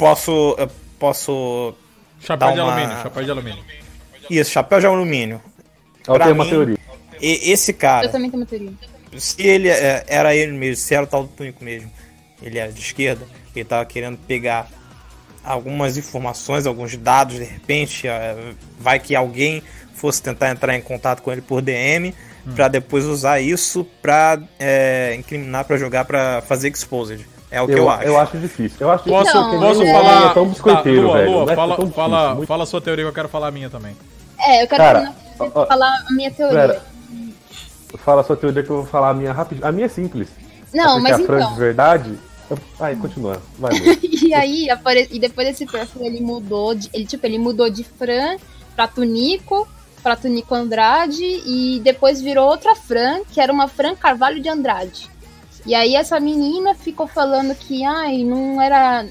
posso. Chapéu Dá de uma- alumínio, chapéu de alumínio. Isso, chapéu de alumínio. Eu Pra tenho uma mim, teoria. Esse Eu cara, também tenho uma teoria. se ele era ele mesmo, se era o tal do Tunico mesmo, ele era de esquerda, ele tava querendo pegar algumas informações, alguns dados, de repente, vai que alguém fosse tentar entrar em contato com ele por DM, pra depois usar isso pra incriminar, pra jogar, pra fazer exposed. É o que eu acho. Eu acho difícil. Eu acho Posso, difícil, porque posso nem falar. é tão biscoiteiro, Lua, velho. Lua, Não é fala, tão difícil, fala, muito- fala a sua teoria que eu quero falar a minha também. Eu quero Cara, falar a minha teoria. Pera. Fala a sua teoria que eu vou falar a minha rapidinho. A minha é simples. Não, Porque mas a Fran então. de verdade. Vai, continua. Vai, Lu. E aí, e depois desse perfil, ele mudou ele mudou de Fran pra Tunico Andrade, e depois virou outra Fran, que era uma Fran Carvalho de Andrade. E aí essa menina ficou falando que não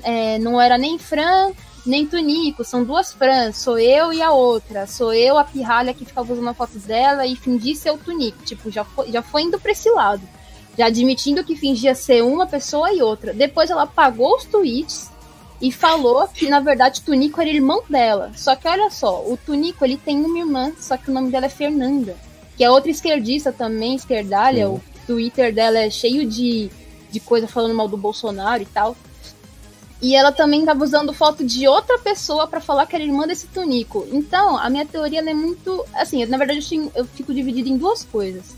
era nem Fran, nem Tunico, são 2 Frans, sou eu e a outra, sou eu a pirralha que ficava usando a foto dela e fingi ser o Tunico, tipo, já foi indo pra esse lado. Já admitindo que fingia ser uma pessoa e outra. Depois ela apagou os tweets e falou que, na verdade, o Tunico era irmão dela. Só que, olha só, o Tunico, ele tem uma irmã, só que o nome dela é Fernanda, que é outra esquerdista também, esquerdalha. O Twitter dela é cheio de coisa falando mal do Bolsonaro e tal. E ela também tava usando foto de outra pessoa pra falar que era irmã desse Tunico. Então, a minha teoria ela é muito... Assim, na verdade, eu fico dividida em 2 coisas.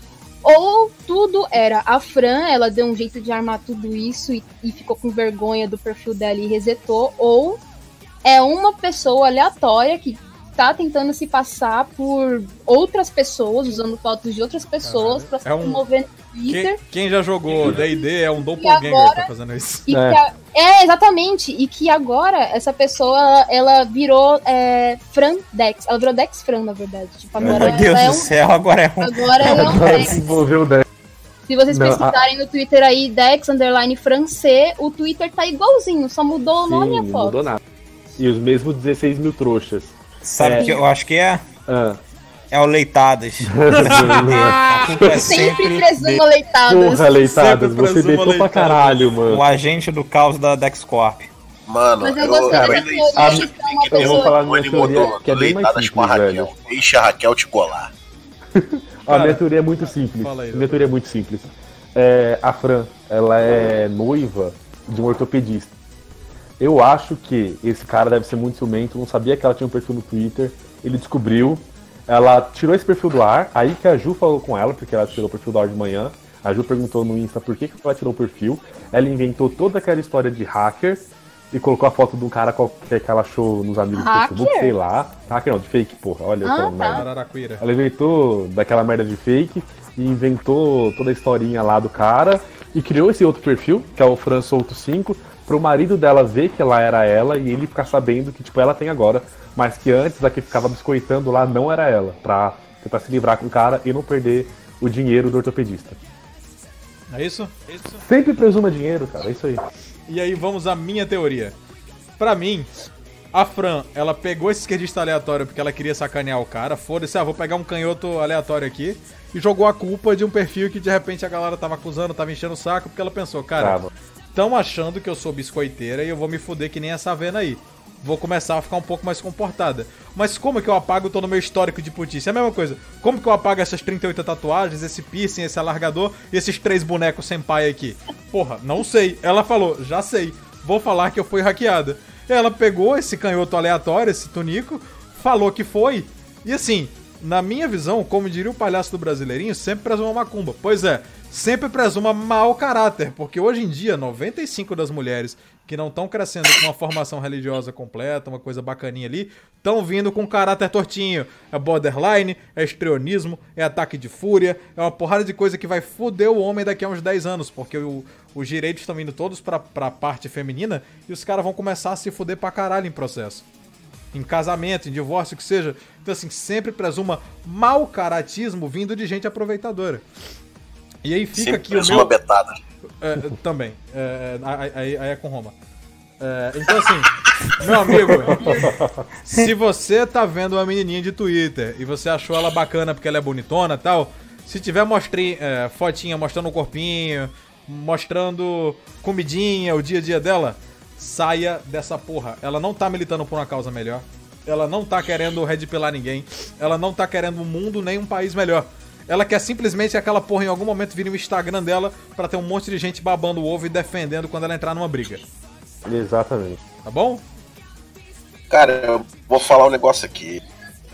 Ou tudo era a Fran, ela deu um jeito de armar tudo isso e ficou com vergonha do perfil dela e resetou, ou é uma pessoa aleatória que tá tentando se passar por outras pessoas, usando fotos de outras pessoas pra se promover no Twitter. Quem já jogou D&D é um doppelganger que tá fazendo isso. E exatamente. E que agora essa pessoa, ela virou Fran Dex. Ela virou Dex Fran, na verdade. Tipo, agora Meu Deus do céu, agora é um... Agora ela é um Dex. Desenvolveu o Dex. Se vocês pesquisarem no Twitter aí, Dex_France, o Twitter tá igualzinho, só mudou o nome e a Não foto. mudou nada. E os mesmos 16 mil trouxas. Sabe que eu acho que é? É o Leitadas. A culpa é Sempre sempre presuma leitadas. Porra, Leitadas, Sempre você presuma deitou pra Leitadas. caralho, mano. o agente do caos da Dexcorp. Mano, Mas eu gostei cara, dessa teoria a- de ser uma eu vou pessoa. falar minha teoria, que é bem mais Leitadas com a simples, Raquel. velho. Deixa a Raquel te colar. A minha teoria é muito simples. Fala aí, Minha teoria é muito simples. A Fran, ela é noiva de um ortopedista. Eu acho que esse cara deve ser muito ciumento, não sabia que ela tinha um perfil no Twitter, ele descobriu, ela tirou esse perfil do ar, aí que a Ju falou com ela, porque ela tirou o perfil do ar de manhã, a Ju perguntou no Insta por que ela tirou o perfil, ela inventou toda aquela história de hacker e colocou a foto de um cara qualquer que ela achou nos amigos do Hacker? Facebook, sei lá. Hacker não, de fake, porra, olha eu falando tá. merda. Araraquira. Ela inventou daquela merda de fake e inventou toda a historinha lá do cara e criou esse outro perfil, que é o Fran Souto 5, pro marido dela ver que ela era ela e ele ficar sabendo que, tipo, ela tem agora, mas que antes a que ficava biscoitando lá não era ela, pra tentar se livrar com o cara e não perder o dinheiro do ortopedista. É isso? Sempre presuma dinheiro, cara, é isso aí. E aí vamos à minha teoria. Pra mim, a Fran, ela pegou esse esquerdista aleatório porque ela queria sacanear o cara. Foda-se, vou pegar um canhoto aleatório aqui. E jogou a culpa de um perfil que de repente a galera tava acusando, tava enchendo o saco, porque ela pensou, cara, Bravo. tão achando que eu sou biscoiteira e eu vou me fuder que nem essa vena aí. Vou começar a ficar um pouco mais comportada. Mas como que eu apago todo o meu histórico de putice? É a mesma coisa. Como que eu apago essas 38 tatuagens, esse piercing, esse alargador e esses 3 bonecos sem pai aqui? Porra, não sei. Ela falou, já sei. Vou falar que eu fui hackeada. Ela pegou esse canhoto aleatório, esse tunico, falou que foi. E assim, na minha visão, como diria o palhaço do Brasileirinho, sempre presuma macumba. Pois é, sempre presuma mau caráter. Porque hoje em dia, 95% das mulheres que não estão crescendo com uma formação religiosa completa, uma coisa bacaninha ali, estão vindo com caráter tortinho. É borderline, é estrionismo, é ataque de fúria, é uma porrada de coisa que vai foder o homem daqui a uns 10 anos, porque os direitos estão indo todos pra parte feminina e os caras vão começar a se foder pra caralho em processo. Em casamento, em divórcio, o que seja. Então assim, sempre presuma mau caratismo vindo de gente aproveitadora. E aí fica Sempre aqui o presuma meu... betada. Também. Aí é com Roma. Então assim, meu amigo, se você tá vendo uma menininha de Twitter e você achou ela bacana porque ela é bonitona e tal, se tiver fotinha mostrando o corpinho, mostrando comidinha, o dia a dia dela, saia dessa porra. Ela não tá militando por uma causa melhor. Ela não tá querendo redpilar ninguém. Ela não tá querendo um mundo nem um país melhor. Ela quer simplesmente que aquela porra em algum momento vire o Instagram dela pra ter um monte de gente babando o ovo e defendendo quando ela entrar numa briga. Exatamente. Tá bom? Cara, eu vou falar um negócio aqui.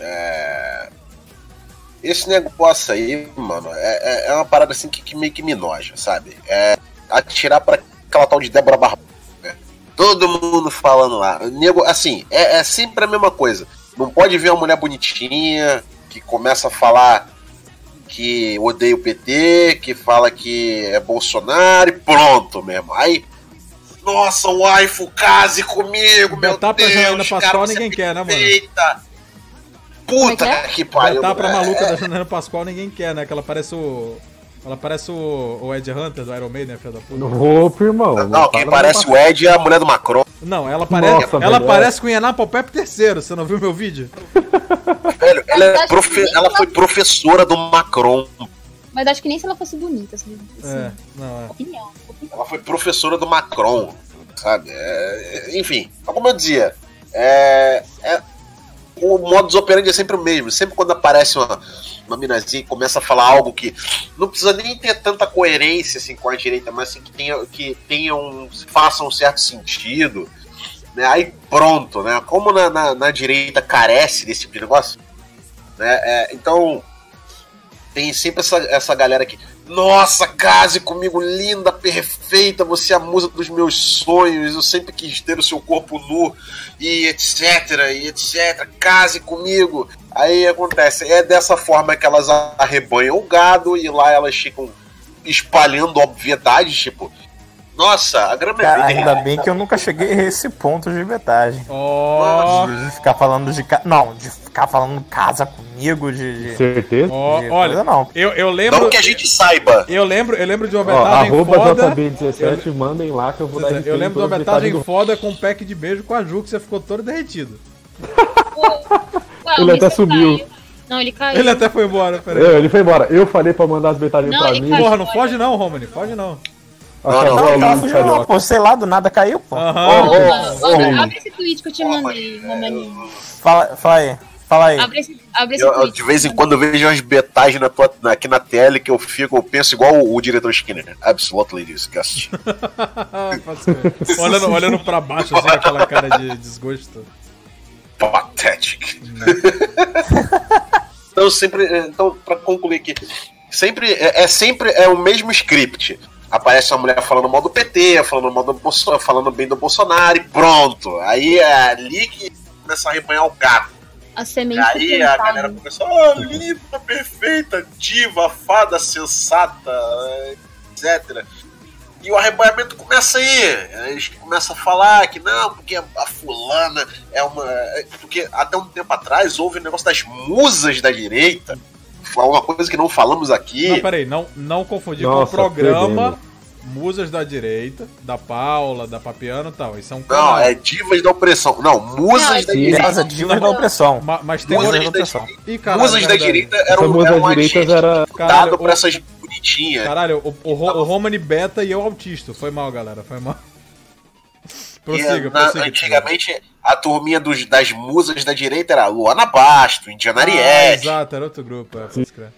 Esse negócio aí, mano, é uma parada assim que meio que me noja, sabe? Atirar pra aquela tal de Débora Barbosa. Todo mundo falando lá. Nego, assim, é sempre a mesma coisa. Não pode ver uma mulher bonitinha que começa a falar que odeia o PT, que fala que é Bolsonaro e pronto mesmo. Aí, nossa, waifu, case comigo, meu Botar pra Deus, Janaína Pascoal cara, você ninguém quer, né, mano? Eita! Como é Puta que é? que pariu. Botar pra maluca da Janaína Pascoal ninguém quer, né? Que ela parece o Ed Hunter do Iron Maiden, filho da puta. Opa, irmão. Não, quem parece o Ed é a mulher do Macron. Não, ela parece, Nossa, ela velho, parece com o Ianá Popep III. Você não viu meu vídeo? Velho, ela foi professora do Macron. Mas acho que nem se ela fosse bonita, assim. Não, Opinião. Ela foi professora do Macron, sabe? Enfim, como eu dizia, o modus operandi é sempre o mesmo. Sempre quando aparece uma minazinha e começa a falar algo que não precisa nem ter tanta coerência assim, com a direita, mas assim, faça um certo sentido, né? Aí pronto, né? Como na direita carece desse tipo de negócio, né? Então tem sempre essa galera que, nossa, case comigo, linda, perfeita, você é a musa dos meus sonhos, eu sempre quis ter o seu corpo nu, e etc, case comigo. Aí acontece, é dessa forma que elas arrebanham o gado, e lá elas ficam espalhando obviedades, tipo, nossa, a grama Cara, é verde. ainda bem que eu nunca cheguei a esse ponto de metagem. De ficar falando de ficar falando casa comigo, Certeza? Olha, não. eu lembro. Não que a gente saiba. Eu lembro de uma Ó, metagem arroba foda. JB17, mandem lá que eu vou dar Eu lembro de uma todas as metagem metades foda com um pack de beijo com a Ju, que você ficou todo derretido. Ué, Ele até isso sumiu. tá aí. Não, ele caiu. Ele até foi embora, peraí. Ele foi embora. Eu falei pra mandar as metades Não, pra ele mim. caiu. Porra, não foge não, Romani, foge não. Acabou Não, a Ela luz, fugiu, carioca. pô, sei lá, do nada caiu, pô. Aham. Ó, abre esse tweet que eu te mandei, Romaninho. Fala aí. Abre esse Eu, tweet. de vez em quando eu vejo umas betagens aqui na tela que eu penso igual o diretor Skinner. Absolutely disgusting. Pode ser. olhando pra baixo, assim, com aquela cara de desgosto. Pathetic. Então, pra concluir aqui, sempre é o mesmo script. Aparece uma mulher falando mal do PT, falando mal do Bolsonaro, falando bem do Bolsonaro e pronto. Aí é ali que começa a arrebanhar o gato. A E semente aí a plantada. galera começou, linda, perfeita, diva, fada, sensata, etc. E o arrebanhamento começa aí. Eles começam a falar que não, porque a fulana é uma... Porque até um tempo atrás houve o negócio das musas da direita. Foi uma coisa que não falamos aqui. Não, peraí, não confundir Nossa, com o programa perdendo. Musas da Direita, da Paula, da Papiano e tal. Isso é um Não, canal. é divas da opressão. Não, musas da sim. direita. Casa divas da opressão. Mas tem Musas outra da opressão. direita. Ih, caralho, Musas da verdade. direita Essa eram musa um direitas agente era. Caralho, dado pra essas bonitinhas. Caralho, o Romani beta e eu autista. Foi mal, galera, foi mal. Prossiga. Antigamente, a turminha das musas da direita era Luana Basto, Indiana Ariete. Exato, era outro grupo, pode crer.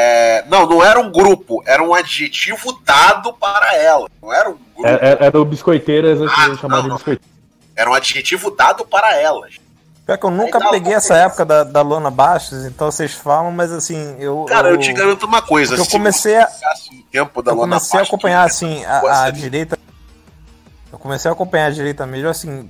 Não era um grupo, era um adjetivo dado para ela. Não era um grupo, Era o biscoiteiras antes de chamar de não. biscoiteiras. era um adjetivo dado para elas. Pior que eu nunca peguei essa época da Luana Bastos, então vocês falam, mas assim, Cara, eu te garanto uma coisa. eu se comecei você a- pegasse o tempo da Eu Luana comecei a Basto, acompanhar, assim, a gosta de- direita. Eu comecei a acompanhar a direita mesmo, assim,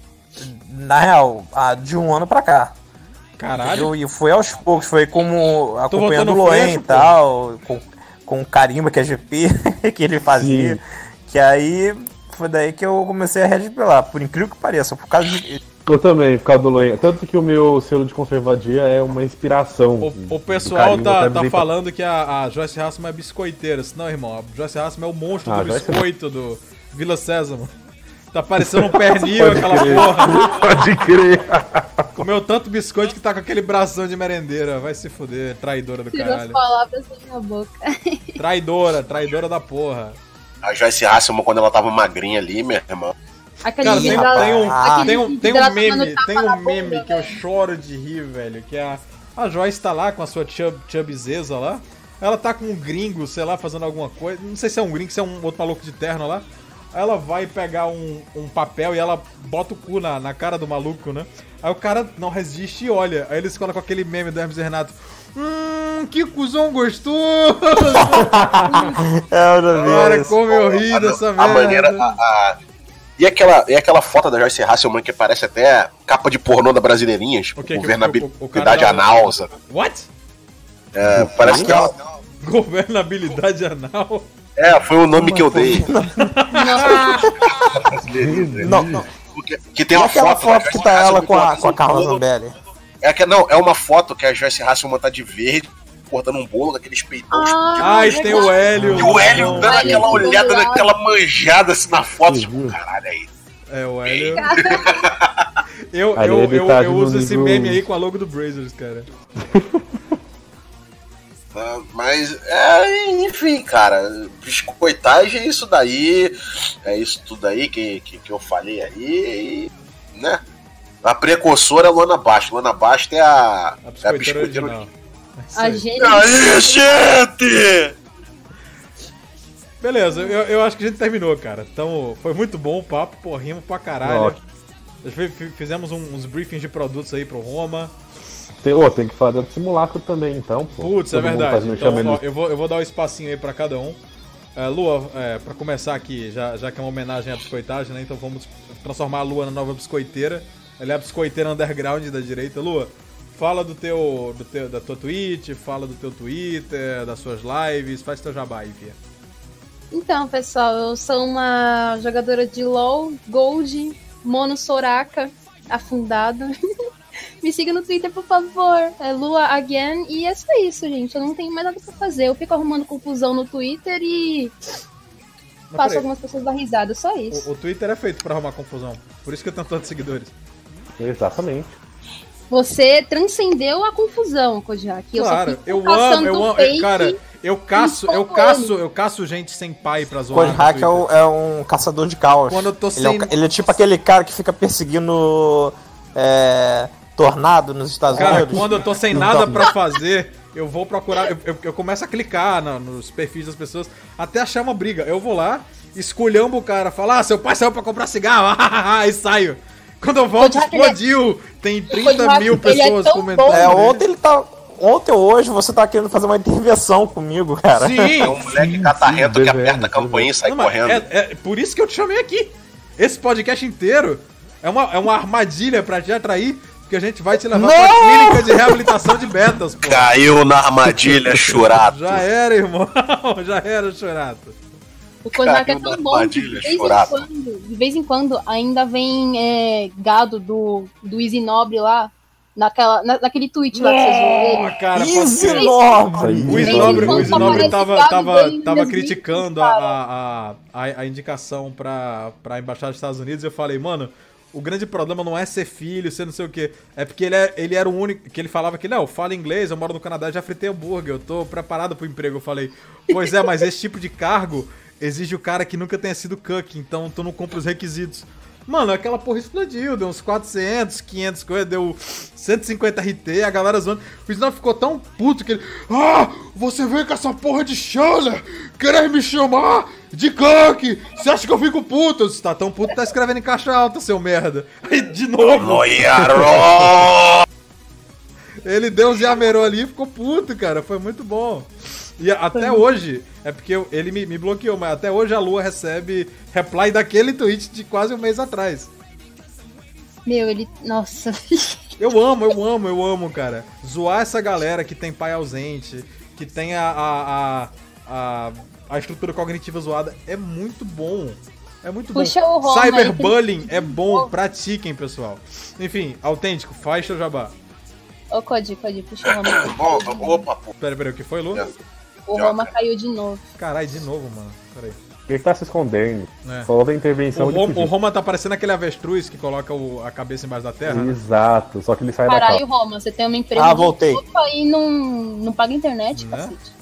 na real, de um ano pra cá. Caralho. E foi aos poucos, foi como acompanhando o voltando Loen freixo, e pô. tal, com o Carimba, que é GP, que ele fazia. Sim. Que aí foi daí que eu comecei a redepilar, por incrível que pareça, por causa de. Eu também, por causa do Loen. Tanto que o meu selo de conservadia é uma inspiração. O do pessoal carinho, tá até bem- falando que a Joyce Hasselman é biscoiteira. Não, irmão, a Joyce Hasselman é o monstro do Joyce- biscoito do Vila Sésamo. Tá parecendo um pernil Pode aquela crer. porra. Pode crer. Comeu tanto biscoito que tá com aquele bração de merendeira. Vai se fuder, traidora do Tirou as caralho. palavras da minha boca. Traidora da porra. A Joyce Hasselman, quando ela tava magrinha ali, meu irmão. Aquele Cara, vídeo tem aquele um vídeo dela meme, tomando tapa tem na um meme bunda, que eu velho. choro de rir, velho, que a Joyce tá lá com a sua chubzeza lá, ela tá com um gringo, sei lá, fazendo alguma coisa, não sei se é um gringo, se é um outro maluco de terno lá, aí ela vai pegar um papel e ela bota o cu na cara do maluco, né? Aí o cara não resiste e olha, aí eles colocam aquele meme do Hermes e Renato, que cuzão gostoso! Cara, como eu ri dessa A merda. maneira. E aquela foto da Joyce Hasselman que parece até capa de pornô da Brasileirinhas, O que que governabilidade o cara anal, sabe? What? Parece que ela. Governabilidade anal? Foi o nome que eu dei. Não. Que tem E uma aquela foto, foto que tá ela com a Carla Zambelli? É uma foto que a Joyce Hasselman tá de verde, cortando um bolo daqueles peitões. Ah, e tem o Hélio. E o Hélio dando Hélio aquela do olhada, lado. naquela manjada assim na foto, Você tipo, viu? caralho, aí. É, o Hélio. Ali ele tá Eu uso no esse nível- meme aí com a logo do Brazers, cara. Mas, enfim, cara, biscoitagem é isso daí, é isso tudo aí que eu falei aí, e, né? A precursora é a Luana Basto. Luana Basto é a Biscoiteira original. É isso A aí. gente. Aí, gente! Beleza, eu acho que a gente terminou, cara. Então, foi muito bom o papo, pô, rimos pra caralho. Ótimo. Fizemos uns briefings de produtos aí pro Roma. Tem que fazer do simulacro também, então. Pô. Putz, é Todo mundo verdade. fazendo Então, chama ó, ele- eu vou dar um espacinho aí pra cada um. Lua, pra começar aqui, já que é uma homenagem à biscoitagem, né? Então vamos transformar a Lua na nova biscoiteira. Ela é a biscoiteira underground da direita. Lua, fala da tua Twitch, fala do teu Twitter, das suas lives, faz teu jabá aí, Fia. Então, pessoal, eu sou uma jogadora de LoL, Gold, Mono Soraka, afundado. Me siga no Twitter, por favor. É Lua Again. E é só isso, gente. Eu não tenho mais nada pra fazer. Eu fico arrumando confusão no Twitter e Mas faço peraí, algumas pessoas dar risada. Só isso. o Twitter é feito pra arrumar confusão. Por isso que eu tenho tantos seguidores. Exatamente. Você transcendeu a confusão, Kojak. Claro, eu cara, eu caço gente sem pai pra zoar. Kojak é um caçador de caos. Quando eu tô sem... ele é tipo aquele cara que fica perseguindo tornado nos Estados Unidos. Cara, quando eu tô sem nada pra fazer, eu vou procurar, eu começo a clicar nos perfis das pessoas até achar uma briga. Eu vou lá, esculhambo o cara, falo, seu pai saiu pra comprar cigarro, e saio. Quando eu volto, explodiu! Tem 30 mil pessoas comentando. Ontem ou hoje você tá querendo fazer uma intervenção comigo, cara. Sim! É um moleque catarrento que aperta a campainha e sai correndo. É por isso que eu te chamei aqui. Esse podcast inteiro é uma armadilha pra te atrair, porque a gente vai te levar pra clínica de reabilitação de betas, pô. Caiu na armadilha, Churato. Já era, irmão. Já era, Churato. O Kojak é tão bom que de vez em quando ainda vem gado do Easy Nobre lá, naquele tweet lá que vocês viram dele. Cara, Easy Nobre! O Easy Nobre tava criticando a indicação pra Embaixada dos Estados Unidos e eu falei, mano, o grande problema não é ser filho, ser não sei o quê. É porque ele era o único que ele falava que, não, eu falo inglês, eu moro no Canadá, já fritei hambúrguer, eu tô preparado pro emprego. Eu falei, pois é, mas esse tipo de cargo exige o cara que nunca tenha sido cuck, então tu não cumpre os requisitos. Mano, aquela porra explodiu, deu uns 400, 500 coisas, deu 150 RT, a galera zoando. O Snow ficou tão puto que ele... você veio com essa porra de Shanna, querer me chamar de cuck, você acha que eu fico puto? Você tá tão puto, tá escrevendo em caixa alta, seu merda. Aí, de novo. Ele deu um Yamerô ali e ficou puto, cara, foi muito bom. E até hoje, é porque ele me bloqueou, mas até hoje a Lua recebe reply daquele tweet de quase um mês atrás. Nossa. Eu amo, cara. Zoar essa galera que tem pai ausente, que tem a estrutura cognitiva zoada, é muito bom. É muito Puxa bom. O Roma, Cyberbullying é bom, pratiquem, pessoal. Enfim, autêntico, faz seu jabá. Ô, Cody, puxa o Roma. Opa, pô. Pera, o que foi, Lu? O Roma caiu de novo. Caralho, de novo, mano. Peraí. Ele tá se escondendo. É. Só da intervenção o Roma tá parecendo aquele avestruz que coloca a cabeça embaixo da terra. Exato, só que ele sai da Caralho, casa. Roma, você tem uma empresa voltei. E não paga internet, Né? cacete.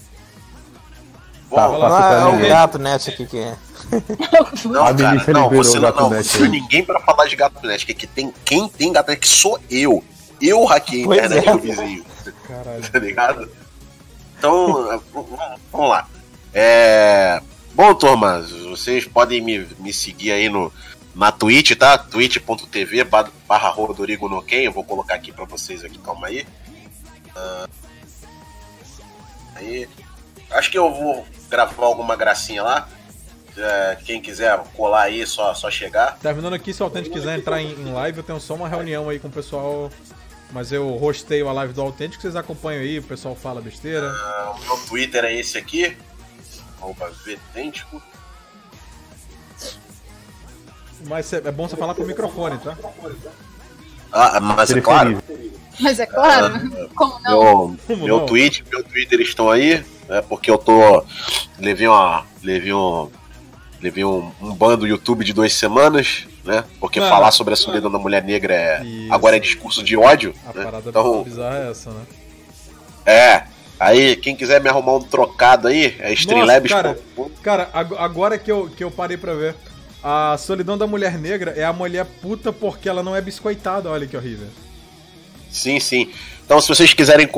É o Gato Net aqui que é. Não, cara, não, você não é ninguém pra falar de Gato Net, que quem tem Gato Net que sou eu. Eu hackei a internet do vizinho. Caralho. Tá ligado? Então, vamos lá. Bom, turma, vocês podem me seguir aí na Twitch, tá? twitch.tv/Rodrigo Noken. Eu vou colocar aqui pra vocês aqui, calma aí. Aí. Acho que eu vou gravar alguma gracinha lá. Quem quiser colar aí, só chegar. Terminando aqui, se o Autêntico quiser entrar em live, eu tenho só uma reunião aí com o pessoal. Mas eu hosteio a live do Autêntico, vocês acompanham aí, o pessoal fala besteira. O meu Twitter é esse aqui. @Vetêntico. Mas é bom você falar com o microfone, tá? Mas é claro. Mas é claro, como não? Meu Twitter estão aí, porque eu levei um ban do YouTube de 2 semanas, né? Porque falar sobre a solidão da mulher negra agora é discurso de ódio. A né? parada então, bizarra é essa, né? Aí quem quiser me arrumar um trocado aí, é Streamlabs. Cara, agora que eu parei pra ver, a solidão da mulher negra é a mulher puta porque ela não é biscoitada, olha que horrível. Sim. Então, se vocês quiserem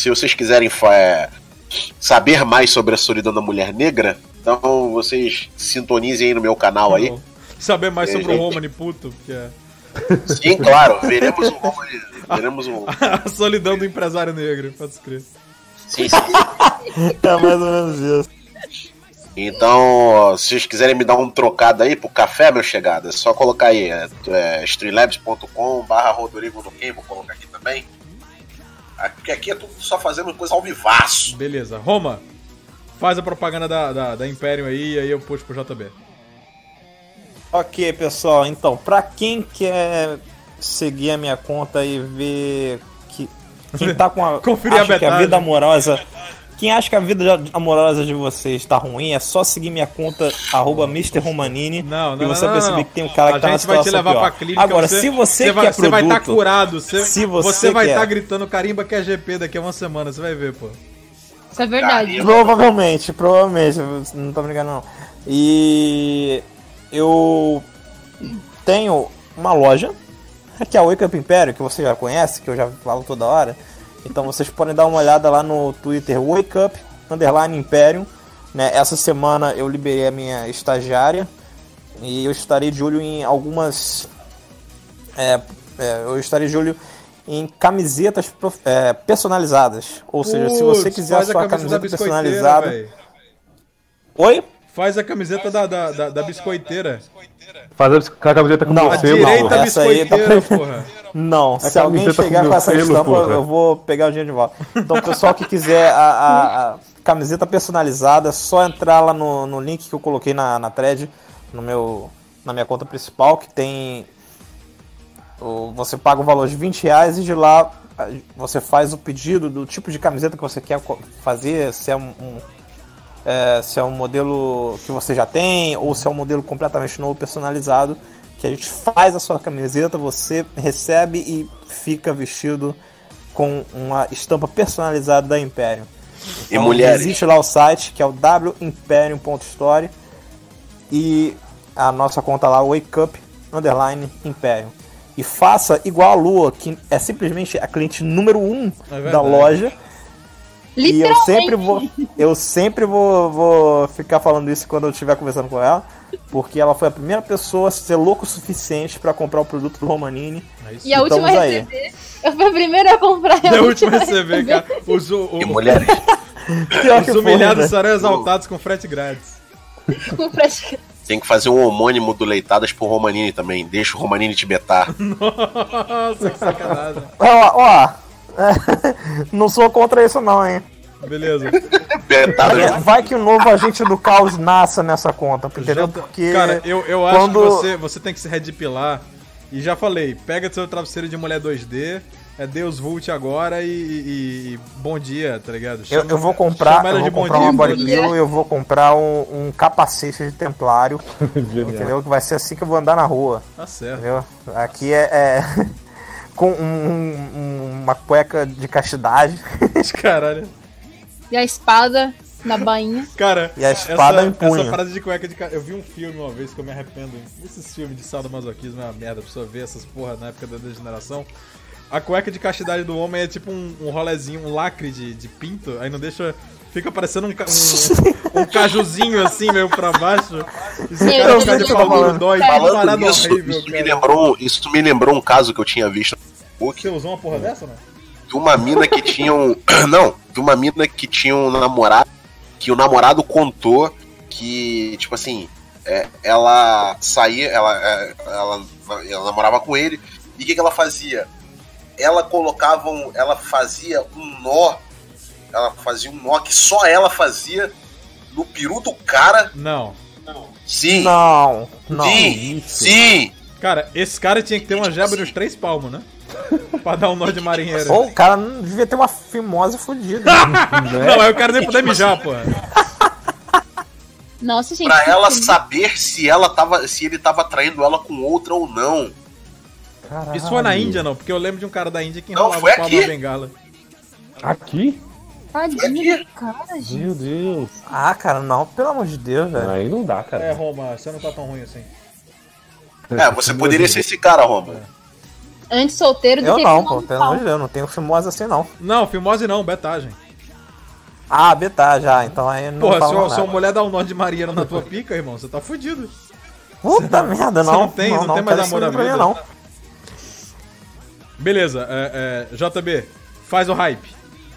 saber mais sobre a solidão da mulher negra, então vocês sintonizem aí no meu canal aí. Saber mais sobre o Romani puto, que é... Sim, claro, veremos o Romani. A solidão do empresário negro, pode escrever. Sim. É mais ou menos isso. Então, se vocês quiserem me dar um trocado aí pro café, meu chegada, é só colocar aí, streamlabs.com/Rodrigo Noken, vou colocar aqui também. Porque aqui é tudo só fazendo coisa ao vivaço. Beleza. Roma, faz a propaganda da Imperium aí e aí eu puxo pro JB. Ok, pessoal, então, pra quem quer seguir a minha conta e ver quem tá com Conferir acha a que a vida amorosa Quem acha que a vida amorosa de vocês tá ruim, é só seguir minha conta, @MrRomanini. Não, e você vai perceber que tem um cara que tá na situação A gente vai te levar pior. pra clínica. Agora, se você vai, quer você vai estar produto, curado. se você vai quer- estar gritando carimba que é GP daqui a uma semana. Você vai ver, pô. Isso é verdade. Provavelmente, não tô brincando não. E eu tenho uma loja, que é a Wake Up Império, que você já conhece, que eu já falo toda hora. Então vocês podem dar uma olhada lá no Twitter, Wake Up _Imperium. Né? Essa semana eu liberei a minha estagiária e eu estarei de olho em algumas... eu estarei de olho em camisetas personalizadas. Ou seja, se você quiser a faz sua camiseta camiseta da biscoiteira, personalizada... véi. Oi? Faz a camiseta da biscoiteira. Faz a camiseta com Não, meu A selo, direita porra. essa aí tá- biscoiteira, porra. Não, se alguém camiseta chegar com com meu essa selo, estampa, porra. eu vou pegar o dinheiro de volta. Então, o pessoal que quiser a camiseta personalizada, é só entrar lá no link que eu coloquei na thread, na minha conta principal, que tem... Você paga o valor de R$20 e de lá você faz o pedido do tipo de camiseta que você quer fazer, se é um modelo que você já tem ou se é um modelo completamente novo, personalizado, que a gente faz a sua camiseta, você recebe e fica vestido com uma estampa personalizada da Imperium. E mulheres? Visite lá o site, que é o wimperium.store, e a nossa conta lá, Wake Up _Imperium. E faça igual a Lua, que é simplesmente a cliente número 1 É verdade. da loja. E Literalmente. eu sempre vou ficar falando isso quando eu estiver conversando com ela, porque ela foi a primeira pessoa a ser louco o suficiente para comprar o produto do Romanini. E a última Estamos aí. receber. Eu fui a primeira a comprar. É a última receber, cara. E mulheres? Pior Os que foi, humilhados né? serão exaltados com frete grátis. Com frete. Tem que fazer um homônimo do Leitadas pro Romanini também. Deixa o Romanini te betar. Nossa, que sacanagem. Ó, não sou contra isso não, hein? Beleza. Betada. Vai que o novo agente do caos nasça nessa conta, entendeu? Porque Cara, eu acho quando- que você tem que se redipilar. E já falei, pega seu travesseiro de mulher 2D, Deus Vult agora e bom dia, tá ligado? eu vou comprar, chama ela de bom uma dia, body bom dia. pillow e eu vou comprar um capacete de templário, entendeu? Que vai ser assim que eu vou andar na rua, Tá certo. entendeu? Aqui é com uma cueca de castidade. Caralho. E a espada na bainha. Cara, E a espada em essa punho. frase de cueca de eu vi um filme uma vez que eu me arrependo. Esses filmes de sadomasoquismo é uma merda, a pessoa vê essas porra na época da degeneração. A cueca de castidade do homem é tipo um rolezinho, um lacre de pinto, aí não deixa. Fica parecendo um cajuzinho assim, meio pra baixo. E se o cara Eu ficar de sei pau que duro, dói. Que Falando parada nisso, horrível, cara. isso me lembrou um caso que eu tinha visto no Facebook. Você usou uma porra dessa, não? De uma mina que tinha um. Não, de uma mina que tinha um namorado. Que o namorado contou que, tipo assim, ela saía, ela namorava com ele. E o que ela fazia? Ela fazia um nó. Ela fazia um nó que só ela fazia no peru do cara. Não. Sim, Não. sim, sim. Cara, esse cara tinha que ter uma jeba nos 3 palmos, né? Pra dar um nó de marinheiro. Pô, o cara não devia ter uma fimose fodida. Não, aí o cara nem poder mijar, pô. Nossa, gente. Pra que ela filme. saber se ele tava traindo ela com outra ou não. Isso foi na Índia, não? Porque eu lembro de um cara da Índia que Não, enrolava foi o pau aqui. na bengala. Aqui? Tadinho do cara, gente. Meu Deus. Ah, cara, não, pelo amor de Deus, velho. Aí não dá, cara. Roma, você não tá tão ruim assim. Você poderia ser esse cara, Roma. Antes solteiro do Eu que não, com pô, pelo amor de Deus, eu não tenho fimose assim não. Não, filmose não, betagem. Ah, Betá já, então aí não Porra, falo se nada. uma mulher dá um nó de marinheiro na tua pica, irmão, você tá fudido. Puta merda, você não. não tem mais quero amor isso na pra mim, vida? não. Beleza, JB, faz o hype.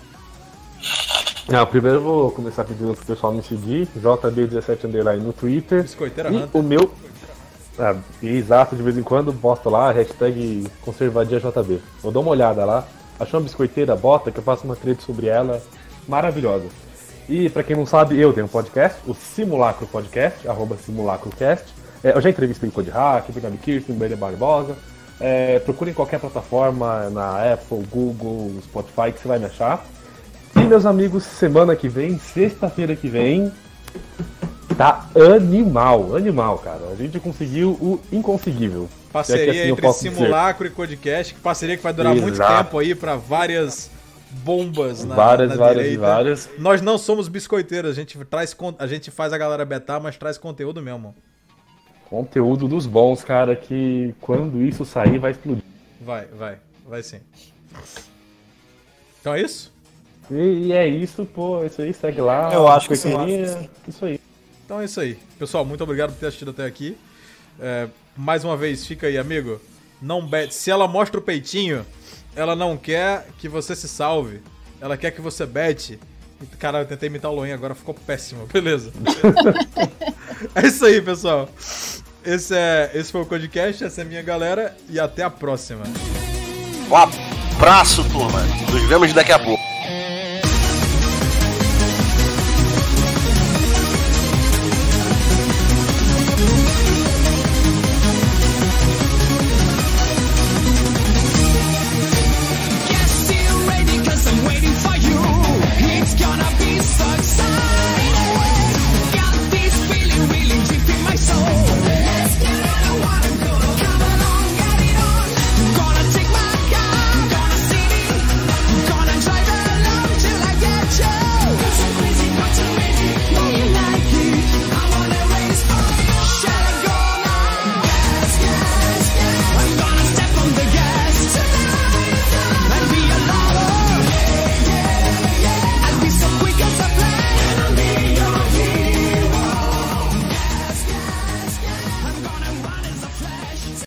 Não, primeiro eu vou começar pedindo pro pessoal me seguir, JB17 no Twitter. Biscoiteira E Hunter. o meu. Exato, de vez em quando posto lá, hashtag ConservadiaJB. Eu dou uma olhada lá. Achou uma biscoiteira, bota que eu faço uma thread sobre ela. Maravilhosa. E pra quem não sabe, eu tenho um podcast, o Simulacro Podcast, @simulacrocast. Eu já entrevistei o Code Hack, Bernardo Kirsten, Bernardo Barbosa. Procure em qualquer plataforma, na Apple, Google, Spotify, que você vai me achar. E meus amigos, semana que vem, sexta-feira que vem, tá animal, cara. A gente conseguiu o inconseguível. Parceria assim entre Simulacro e Codcast, parceria que vai durar muito tempo aí pra várias bombas na direita. Várias. Nós não somos biscoiteiros, a gente faz a galera betar, mas traz conteúdo mesmo. Conteúdo dos bons, cara, que quando isso sair vai explodir. Vai sim. Então é isso? E é isso, pô, isso aí, segue lá. Eu acho que sim. Isso aí. Então é isso aí. Pessoal, muito obrigado por ter assistido até aqui. Mais uma vez, fica aí, amigo. Não bete. Se ela mostra o peitinho, ela não quer que você se salve. Ela quer que você bete. Cara, eu tentei imitar o Loen, agora ficou péssimo. Beleza. É isso aí, pessoal. Esse foi o Codcast, essa é a minha galera. E até a próxima. Um abraço, turma. Nos vemos daqui a pouco.